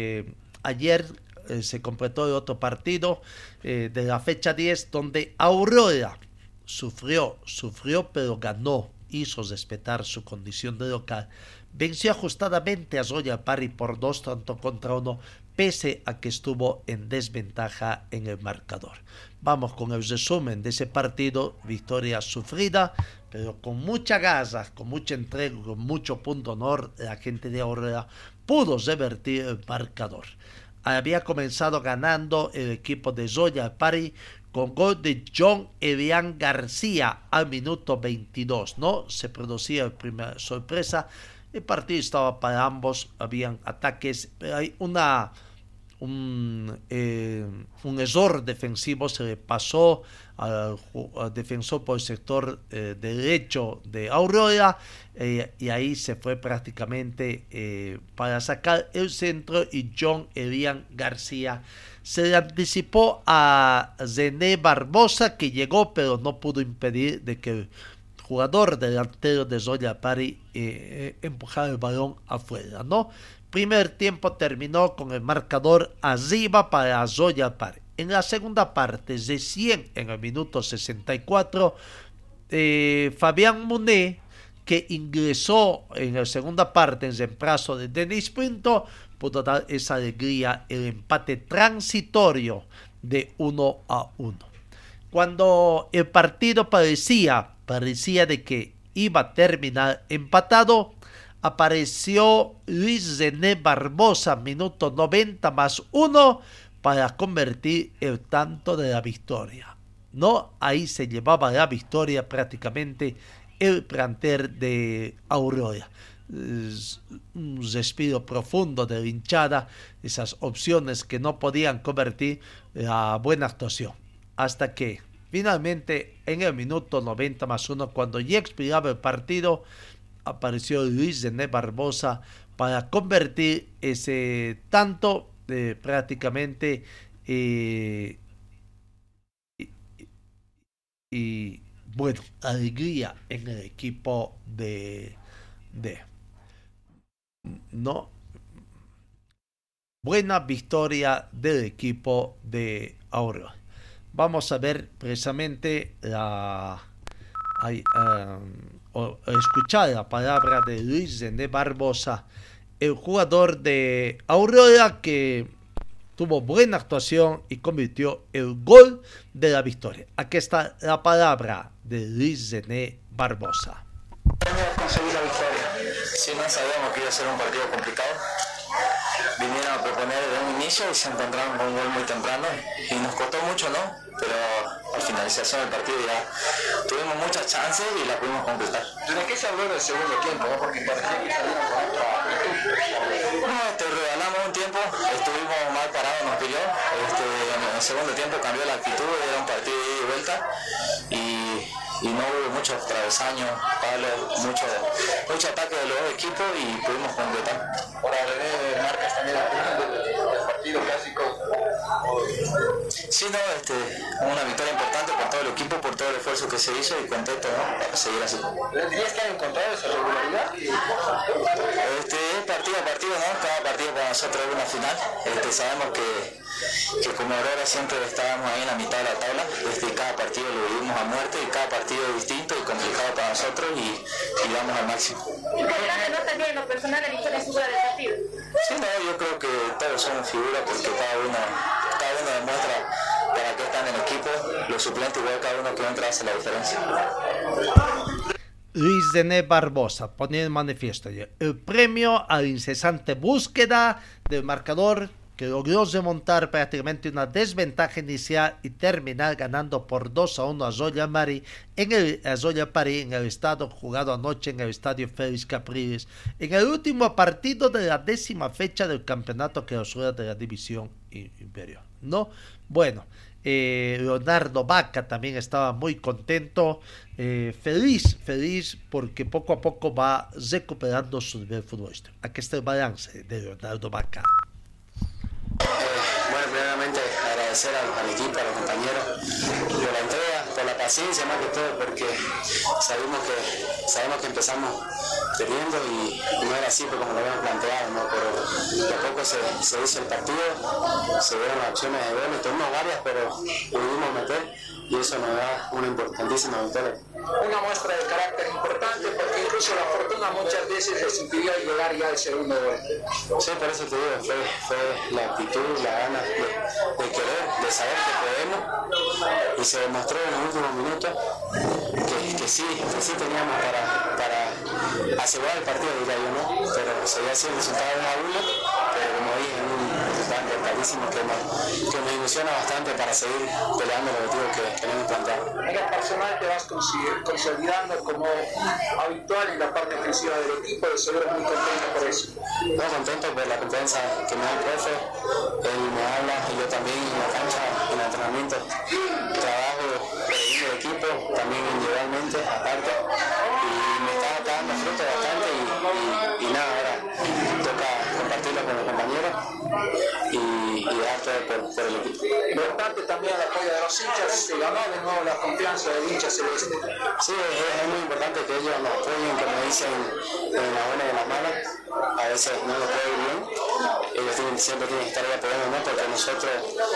Ayer se completó el otro partido de la fecha 10, donde Aurora sufrió, pero ganó, hizo respetar su condición de local. Venció ajustadamente a Royal Party por 2-1, pese a que estuvo en desventaja en el marcador. Vamos con el resumen de ese partido. Victoria sufrida, pero con mucha garra, con mucha entrega, con mucho punto honor. La gente de Aurora pudo revertir el marcador. Había comenzado ganando el equipo de Royal Party con gol de John Elian García al minuto 22. No se producía la primera sorpresa. El partido estaba para ambos, habían ataques, pero hay un error defensivo, se le pasó al defensor por el sector derecho de Aurora, y ahí se fue prácticamente para sacar el centro, y John Elian García se le anticipó a René Barbosa, que llegó pero no pudo impedir de que el jugador delantero de Royal Party empujara el balón afuera, ¿no? Primer tiempo terminó con el marcador arriba para Royal Party. En la segunda parte, recién en el minuto 64, Fabián Muné, que ingresó en la segunda parte en reemplazo de Denis Pinto, pudo dar esa alegría, el empate transitorio de 1-1. Cuando el partido parecía de que iba a terminar empatado, apareció Luis René Barbosa, minuto 90 más 1, para convertir el tanto de la victoria. No, ahí se llevaba la victoria prácticamente el plantel de Aurora. Un respiro profundo de la hinchada, esas opciones que no podían convertir la buena actuación, hasta que finalmente en el minuto 90 más 1, cuando ya expiraba el partido, apareció Luis René Barbosa para convertir ese tanto prácticamente y bueno, alegría en el equipo no, buena victoria del equipo de Aurora. Vamos a ver precisamente escuchar la palabra de Luis René Barbosa, el jugador de Aurora, que tuvo buena actuación y convirtió el gol de la victoria. Aquí está la palabra de Luis René Barbosa. Conseguir la victoria. Sí, no sabíamos que iba a ser un partido complicado. Vinieron a proponer desde un inicio y se encontraron con un gol muy temprano y nos costó mucho, ¿no? Pero al finalización del partido ya tuvimos muchas chances y la pudimos completar. ¿De qué se habló del segundo tiempo? ¿No? Porque parecía que salieron con otra actitud. No, regalamos un tiempo, estuvimos mal parados, nos pilló. En el segundo tiempo cambió la actitud, era un partido de ida y vuelta y no hubo muchos travesaños, palos, mucho ataque de los dos equipos y pudimos completar. Ahora René marcas también el partido clásico. Sí, no, una victoria importante por todo el equipo, por todo el esfuerzo que se hizo y contento, ¿no? Para seguir así. ¿Dirías que han encontrado esa regularidad? Partido a partido, ¿no? Cada partido para nosotros es una final. Sabemos que como Aurora siempre estábamos ahí en la mitad de la tabla, cada partido lo vivimos a muerte y cada partido es distinto y complicado para nosotros y damos al máximo. ¿Y consideras que no también en lo personal la victoria es figura del partido? Sí, no, yo creo que todos somos figuras porque cada uno demuestra para qué está en el equipo, los suplentes igual cada uno que entra hace la diferencia. Luis René Barbosa pone en manifiesto el premio a la incesante búsqueda del marcador, que logró remontar prácticamente una desventaja inicial y terminar ganando por 2-1 a Royal Party en el estado jugado anoche en el estadio Félix Capriles, en el último partido de la 10ª fecha del campeonato clausura de la división inferior, ¿no? Bueno, Leonardo Vaca también estaba muy contento, feliz porque poco a poco va recuperando su nivel futbolístico. Aquí está el balance de Leonardo Vaca. Bueno, primeramente agradecer al equipo, a los compañeros por la entrega, por la paciencia más que todo, porque sabemos que empezamos perdiendo y no era así como lo habíamos planteado, ¿no? Pero de a poco se hizo el partido, se dieron opciones de gol, tuvimos varias, pero pudimos meter y eso nos da una importantísima victoria. Una muestra de carácter importante porque incluso la fortuna muchas veces les impidió llegar ya al segundo gol. Sí, por eso te digo, fue la actitud, la ganas de querer, de saber que podemos y se demostró en los últimos minutos que sí teníamos para asegurar el partido, diría yo, ¿no? Pero seguía siendo el resultado 1-1, pero como dije, es un resultado importantísimo que nos ilusiona bastante para seguir peleando el objetivo que tenemos planteado. En el personal te vas consolidando como habitual en la parte ofensiva del equipo, de seguro muy contento por eso. No, contento por la confianza que me da el profe, él me habla y yo también en la cancha, en el entrenamiento, trabajo preveniendo el equipo, también individualmente, aparte, y me está dando fruto bastante y nada, ahora toca compartirlo con los compañeros y dar todo por el equipo. Importante también el apoyo de los hinchas, se ganó de nuevo la confianza del hincha celeste. Sí, es muy importante que ellos nos apoyen, que nos dicen en la buena y en la mala. A veces no nos puede ir bien, ellos siempre tienen que estar ahí apoyándonos, porque nosotros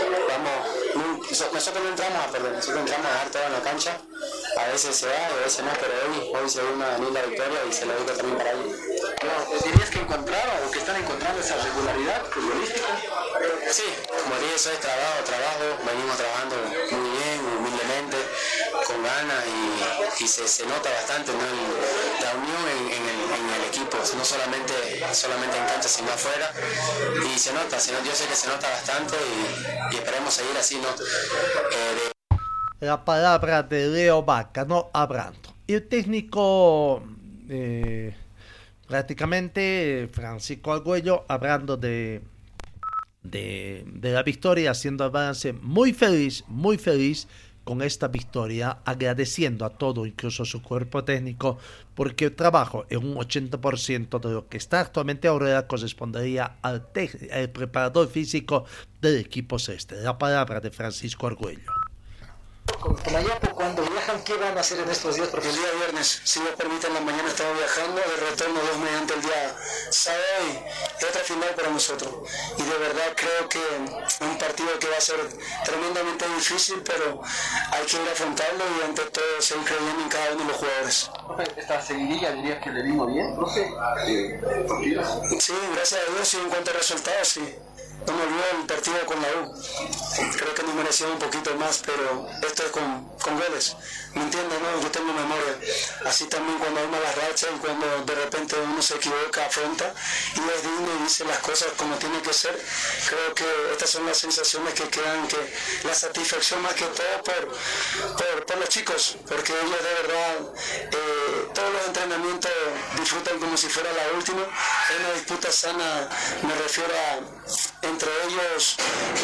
no entramos a perder, nosotros entramos a dar todo en la cancha. A veces se da y a veces no, pero hoy se dio una linda victoria y se lo digo también para ellos. ¿Dirías que encontraron o que están encontrando esa regularidad futbolística? Sí, como dije, eso es trabajo, venimos trabajando muy bien, humildemente, con ganas y se nota bastante, ¿no? La unión en el equipo, no solamente en cancha, sino afuera, y se nota, yo sé que se nota bastante y esperemos seguir así, ¿no? La palabra de Leo Vaca, ¿no? Hablando. Y el técnico, prácticamente, Francisco Argüello, hablando de la victoria, haciendo el balance muy feliz con esta victoria, agradeciendo a todo, incluso su cuerpo técnico, porque el trabajo en un 80% de lo que está actualmente ahora correspondería al preparador físico del equipo celeste. La palabra de Francisco Argüello. Con Ayapo, cuando viajan, ¿qué van a hacer en estos días? Porque el día viernes, si Dios permite, en la mañana estamos viajando, de retorno Dios mediante el día sábado y otra final para nosotros. Y de verdad creo que es un partido que va a ser tremendamente difícil, pero hay que ir a afrontarlo y ante todo seguir creyendo en cada uno de los jugadores. ¿Esta seguidilla dirías que le vino bien? No sé. Sí, gracias a Dios, y en cuanto a resultados, sí. No me olvido el partido con la U. Creo que nos merecía un poquito más, pero esto es con goles. ¿Me entiendes? No, yo tengo memoria. Así también cuando hay malas rachas y cuando de repente uno se equivoca, afronta y es digno y dice las cosas como tiene que ser. Creo que estas son las sensaciones que quedan, que la satisfacción más que todo por los chicos, porque ellos de verdad todos los entrenamientos disfrutan como si fuera la última. Es una disputa sana, me refiero a entre ellos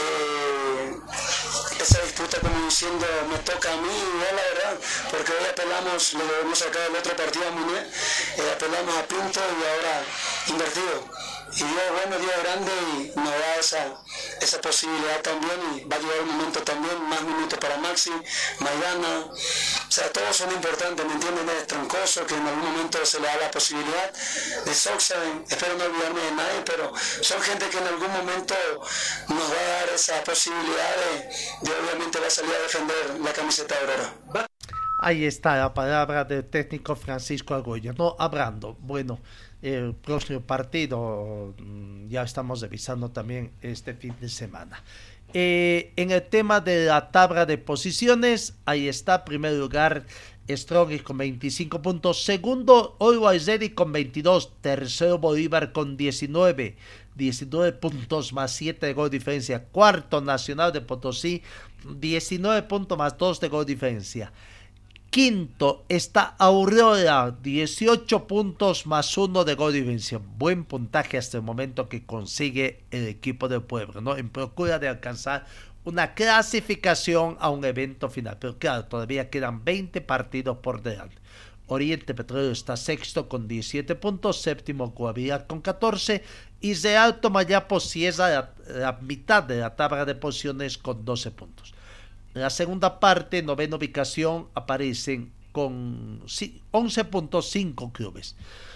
esa disputa como diciendo me toca a mí, no la verdad, porque hoy apelamos, le debemos sacar el otro partido a Muñé, apelamos a Pinto y ahora invertido. Y Dios bueno, Dios grande y nos da esa posibilidad también y va a llegar un momento también, más minutos para Maxi, Maidana, o sea, todos son importantes, ¿me entienden? Es Troncoso, que en algún momento se le da la posibilidad, de Soxa, espero no olvidarme de nadie, pero son gente que en algún momento nos va a dar esa posibilidad de obviamente va a salir a defender la camiseta de Aurora. Ahí está la palabra del técnico Francisco Argüello, no hablando, bueno, el próximo partido ya estamos revisando también este fin de semana. En el tema de la tabla de posiciones, ahí está, primer lugar Strongest con 25 puntos, segundo Always Ready con 22, tercero Bolívar con 19 puntos más 7 de gol diferencia, cuarto Nacional de Potosí 19 puntos más 2 de gol diferencia. Quinto está Aurora, 18 puntos más 1 de gol diferencia. Buen puntaje hasta el momento que consigue el equipo del pueblo, ¿no? En procura de alcanzar una clasificación a un evento final. Pero claro, todavía quedan 20 partidos por delante. Oriente Petrolero está sexto con 17 puntos, séptimo Guavirá con 14 y Real Tomayapo cierra la mitad de la tabla de posiciones con 12 puntos. En la segunda parte, novena ubicación, aparecen con 11.5 clubes.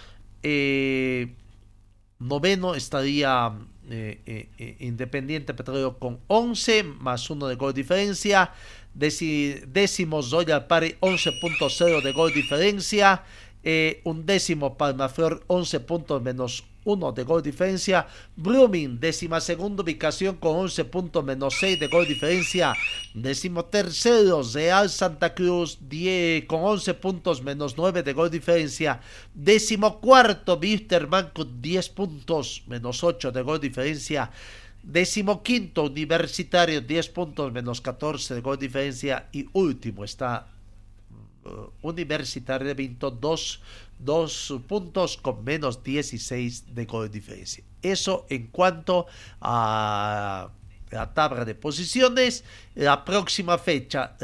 Noveno estaría Independiente Petrolero con 11 más 1 de gol diferencia. Décimo Royal Party 11.0 de gol diferencia. Undécimo Palmaflor 11 puntos menos 1 de gol diferencia. Blooming, décima segunda ubicación con 11 puntos menos 6 de gol diferencia. Décimo tercero Real Santa Cruz 10 con 11 puntos menos 9 de gol diferencia. Décimo cuarto Wisterman con 10 puntos menos 8 de gol diferencia. Décimo quinto Universitario 10 puntos menos 14 de gol diferencia. Y último está Universitario de Vinto 2 puntos con menos 16 de gol de diferencia. Eso en cuanto a la tabla de posiciones. La próxima fecha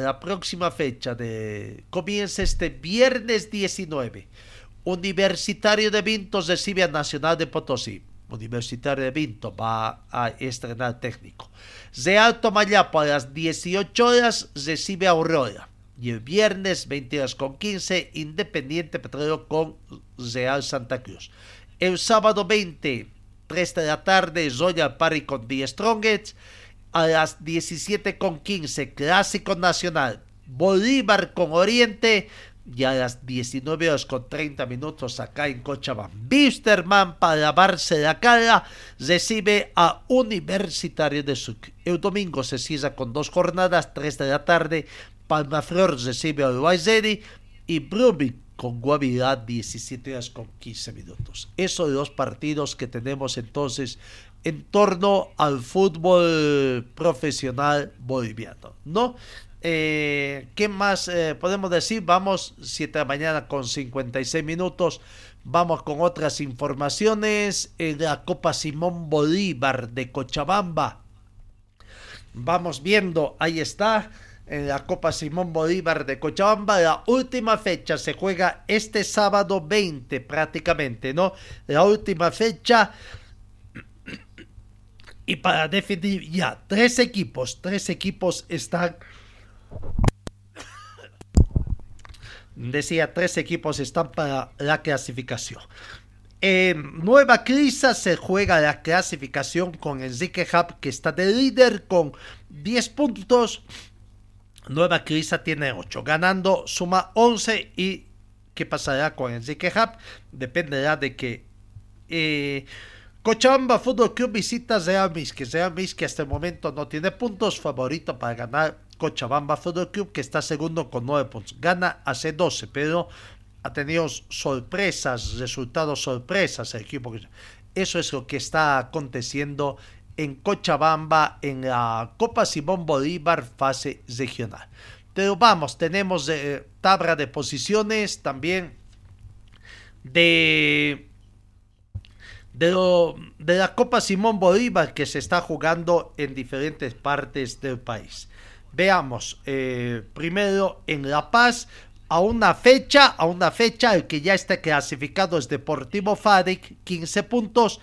comienza este viernes 19. Universitario de Vinto recibe a Nacional de Potosí. Universitario de Vinto va a estrenar técnico. Real Tomayapo a las 18 horas recibe a Aurora. Y el viernes 22:15 Independiente Petrolero con Real Santa Cruz. El sábado 20, 3 de la tarde, Royal Party con The Strongest. A las 17:15 Clásico Nacional Bolívar con Oriente. Y a las 19:30 acá en Cochabamba, Wisterman, para lavarse la cara, recibe a Universitario de Sucre. El domingo se cierra con 2 jornadas, 3 de la tarde, Palmaflor recibe a Uruguay Ready y Blooming con Guavirá 17:15. Esos son los partidos que tenemos entonces en torno al fútbol profesional boliviano, ¿no? ¿Qué más podemos decir? Vamos, 7 de la mañana con 56 minutos. Vamos con otras informaciones en la Copa Simón Bolívar de Cochabamba. Vamos viendo, ahí está, en la Copa Simón Bolívar de Cochabamba. La última fecha se juega este sábado 20 prácticamente, ¿no? La última fecha. Y para definir ya, 3 equipos están... Decía, 3 equipos están para la clasificación. En Nueva Crisa se juega la clasificación con Enrique Hub, que está de líder con 10 puntos. Nueva Crisa tiene 8, ganando suma 11. ¿Y qué pasará con Enrique Hub? Dependerá de que Cochabamba Fútbol Club visita Real Misque. Real Misque hasta el momento no tiene puntos, favorito para ganar Cochabamba Fútbol Club, que está segundo con 9 puntos. Gana hace 12, pero ha tenido resultados sorpresas el equipo. Eso es lo que está aconteciendo en Cochabamba en la Copa Simón Bolívar fase regional. Pero vamos, tenemos tabla de posiciones también de la Copa Simón Bolívar que se está jugando en diferentes partes del país. Veamos, primero en La Paz, a una fecha, el que ya está clasificado es Deportivo Fadic, 15 puntos.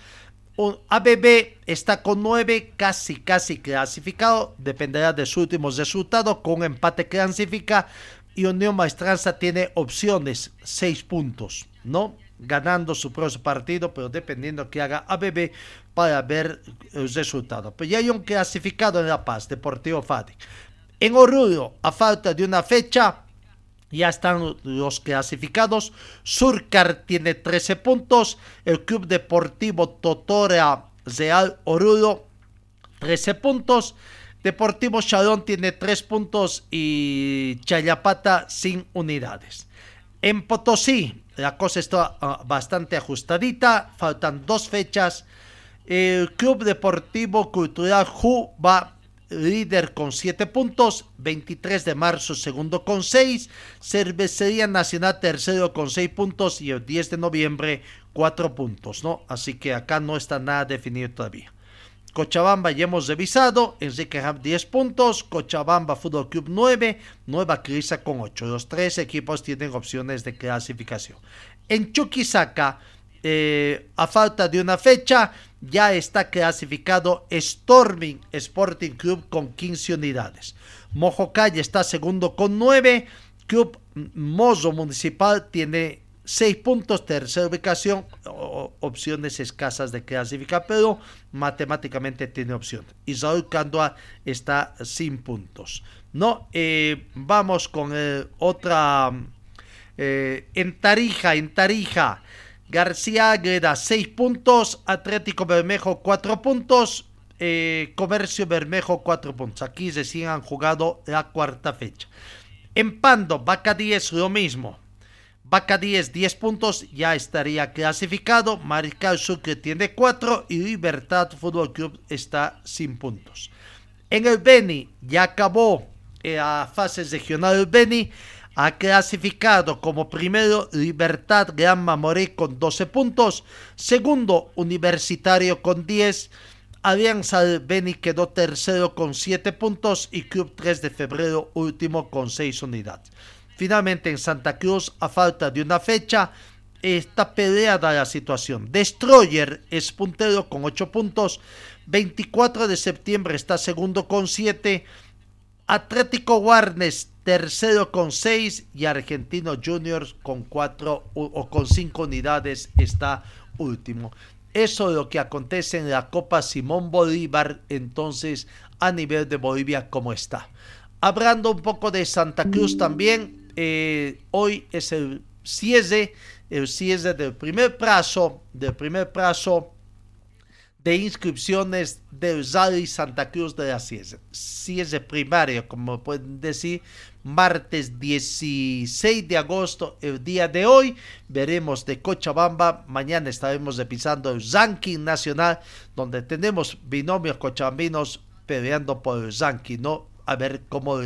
ABB está con 9, casi clasificado, dependerá de su último resultado, con un empate clasifica. Y Unión Maestranza tiene opciones, 6 puntos, ¿no? Ganando su próximo partido, pero dependiendo que haga ABB para ver el resultado. Pero ya hay un clasificado en La Paz, Deportivo Fadic. En Oruro, a falta de una fecha, ya están los clasificados. Surcar tiene 13 puntos. El Club Deportivo Totora Real Oruro, 13 puntos. Deportivo Chalón tiene 3 puntos y Chayapata sin unidades. En Potosí, la cosa está bastante ajustadita. Faltan 2 fechas. El Club Deportivo Cultural Ju va líder con 7 puntos, 23 de marzo segundo con 6, Cervecería Nacional tercero con 6 puntos y el 10 de noviembre 4 puntos, ¿no? Así que acá no está nada definido todavía. Cochabamba ya hemos revisado, Enrique Hub 10 puntos, Cochabamba Fútbol Club 9, Nueva Crisa con 8. Los 3 equipos tienen opciones de clasificación. En Chuquisaca, a falta de una fecha, ya está clasificado Storming Sporting Club con 15 unidades. Mojocaya está segundo con 9. Club Mozo Municipal tiene 6 puntos, tercera ubicación, opciones escasas de clasificar, pero matemáticamente tiene opción. Israel Cándoa está sin puntos. No, vamos con otra. En Tarija. García Águeda 6 puntos, Atlético Bermejo 4 puntos, Comercio Bermejo 4 puntos. Aquí recién han jugado la cuarta fecha. En Pando, Vaca 10 lo mismo. Vaca 10 puntos, ya estaría clasificado. Mariscal Sucre tiene 4 y Libertad Fútbol Club está sin puntos. En el Beni, ya acabó la fase regional del Beni. Ha clasificado como primero Libertad Gran Mamoré con 12 puntos. Segundo, Universitario con 10. Alianza del Beni quedó tercero con 7 puntos. Y Club 3 de Febrero último con 6 unidades. Finalmente en Santa Cruz, a falta de una fecha, está peleada la situación. Destroyer es puntero con 8 puntos. 24 de septiembre está segundo con 7. Atlético Warnes tercero con 6 y Argentino Juniors con 4 o con 5 unidades está último. Eso es lo que acontece en la Copa Simón Bolívar, entonces a nivel de Bolivia como está. Hablando un poco de Santa Cruz también, hoy es el cierre del primer plazo de inscripciones del Rally Santa Cruz de la cierre primario, como pueden decir, martes 16 de agosto, el día de hoy. Veremos de Cochabamba, mañana estaremos revisando el ranking nacional, donde tenemos binomios cochabambinos peleando por el ranking, ¿no? A ver cómo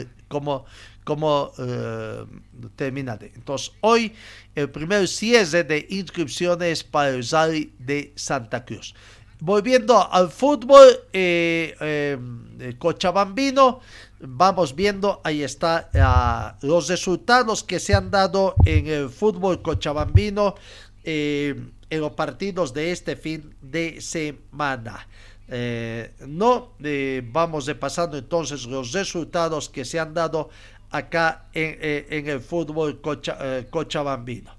termina. Entonces, hoy el primer cierre de inscripciones para el Rally de Santa Cruz. Volviendo al fútbol cochabambino, vamos viendo, ahí está los resultados que se han dado en el fútbol cochabambino en los partidos de este fin de semana. Vamos repasando entonces los resultados que se han dado acá en el fútbol cochabambino.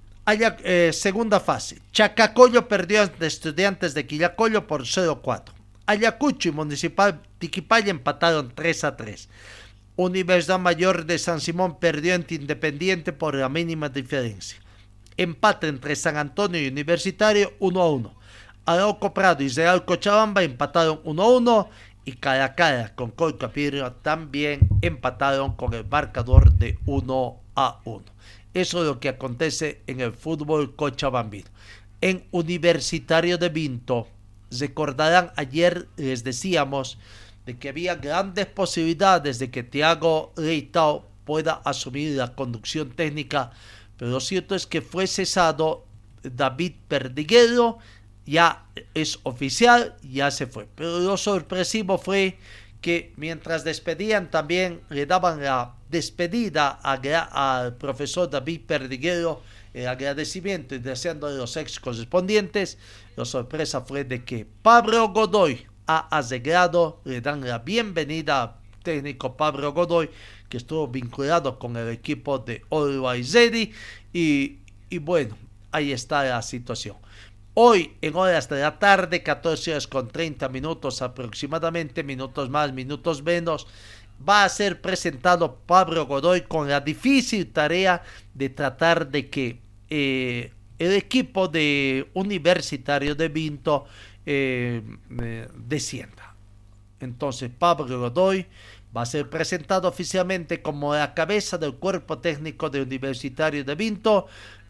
Segunda fase, Chacacoyo perdió ante Estudiantes de Quillacollo por 0-4. Ayacucho y Municipal Tiquipaya empataron 3-3. Universidad Mayor de San Simón perdió ante Independiente por la mínima diferencia. Empate entre San Antonio y Universitario 1-1. Arauco Prado y Real Cochabamba empataron 1-1 y Caracara con Colcapirro también empataron con el marcador de 1-1. Eso es lo que acontece en el fútbol cochabambino. En Universitario de Vinto, recordarán, ayer les decíamos de que había grandes posibilidades de que Thiago Leitao pueda asumir la conducción técnica, pero lo cierto es que fue cesado David Perdiguero, ya es oficial, ya se fue. Pero lo sorpresivo fue que mientras despedían también le daban la despedida al profesor David Perdiguero, el agradecimiento y deseándole los ex correspondientes. La sorpresa fue de que Pablo Godoy ha arreglado, le dan la bienvenida al técnico Pablo Godoy, que estuvo vinculado con el equipo de Always Ready, y bueno, ahí está la situación. Hoy, en horas de la tarde, 14 horas con 30 minutos aproximadamente, minutos más, minutos menos, va a ser presentado Pablo Godoy con la difícil tarea de tratar de que el equipo de Universitario de Vinto descienda. Entonces, Pablo Godoy va a ser presentado oficialmente como la cabeza del cuerpo técnico de Universitario de Vinto,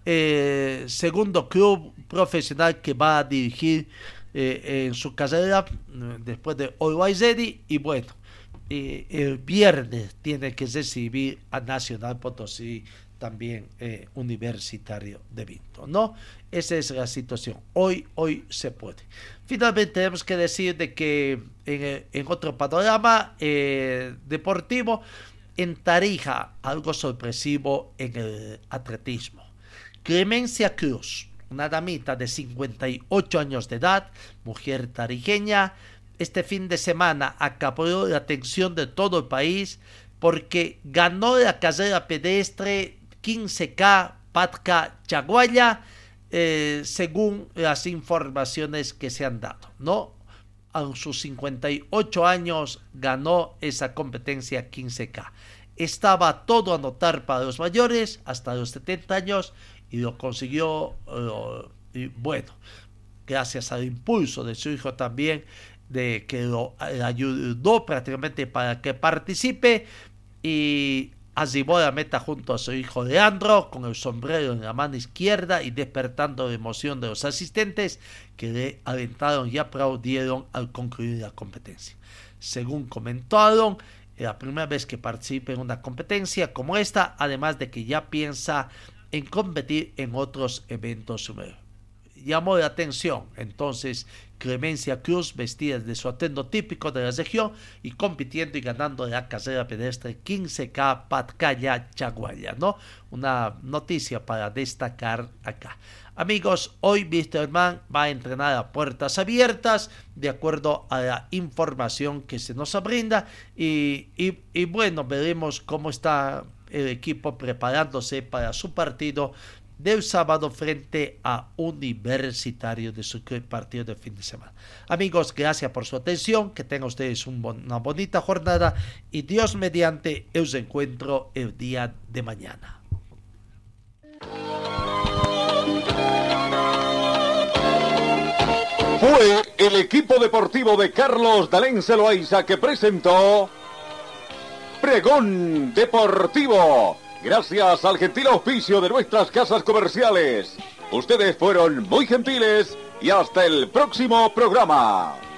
segundo club profesional que va a dirigir en su carrera después de Always Ready. Y bueno, el viernes tiene que recibir a Nacional Potosí, también Universitario de Vinto, ¿no? Esa es la situación. Hoy se puede. Finalmente tenemos que decir de que en otro panorama deportivo, en Tarija, algo sorpresivo en el atletismo. Clemencia Cruz, una damita de 58 años de edad, mujer tarijeña, este fin de semana acaparó la atención de todo el país porque ganó la carrera pedestre 15K Patca Chaguaya, según las informaciones que se han dado, ¿no? A sus 58 años ganó esa competencia 15K. Estaba todo a anotar para los mayores hasta los 70 años y lo consiguió, y bueno, gracias al impulso de su hijo también, de que lo ayudó prácticamente para que participe, y arribó a la meta junto a su hijo Leandro con el sombrero en la mano izquierda y despertando la emoción de los asistentes que le alentaron y aplaudieron al concluir la competencia. Según comentaron, la primera vez que participe en una competencia como esta, además de que ya piensa en competir en otros eventos llamó la atención. Entonces, Clemencia Cruz, vestida de su atuendo típico de la región y compitiendo y ganando la carrera pedestre 15K Patcaya Chaguaya, ¿no? Una noticia para destacar acá. Amigos, hoy Wisterman va a entrenar a puertas abiertas de acuerdo a la información que se nos brinda y bueno, veremos cómo está el equipo preparándose para su partido del sábado frente a Universitario de su partido de fin de semana. Amigos, gracias por su atención, que tengan ustedes una bonita jornada y Dios mediante, os encuentro el día de mañana. Fue el equipo deportivo de Carlos D'Alence Loaiza que presentó Pregón Deportivo. Gracias al gentil auspicio de nuestras casas comerciales. Ustedes fueron muy gentiles y hasta el próximo programa.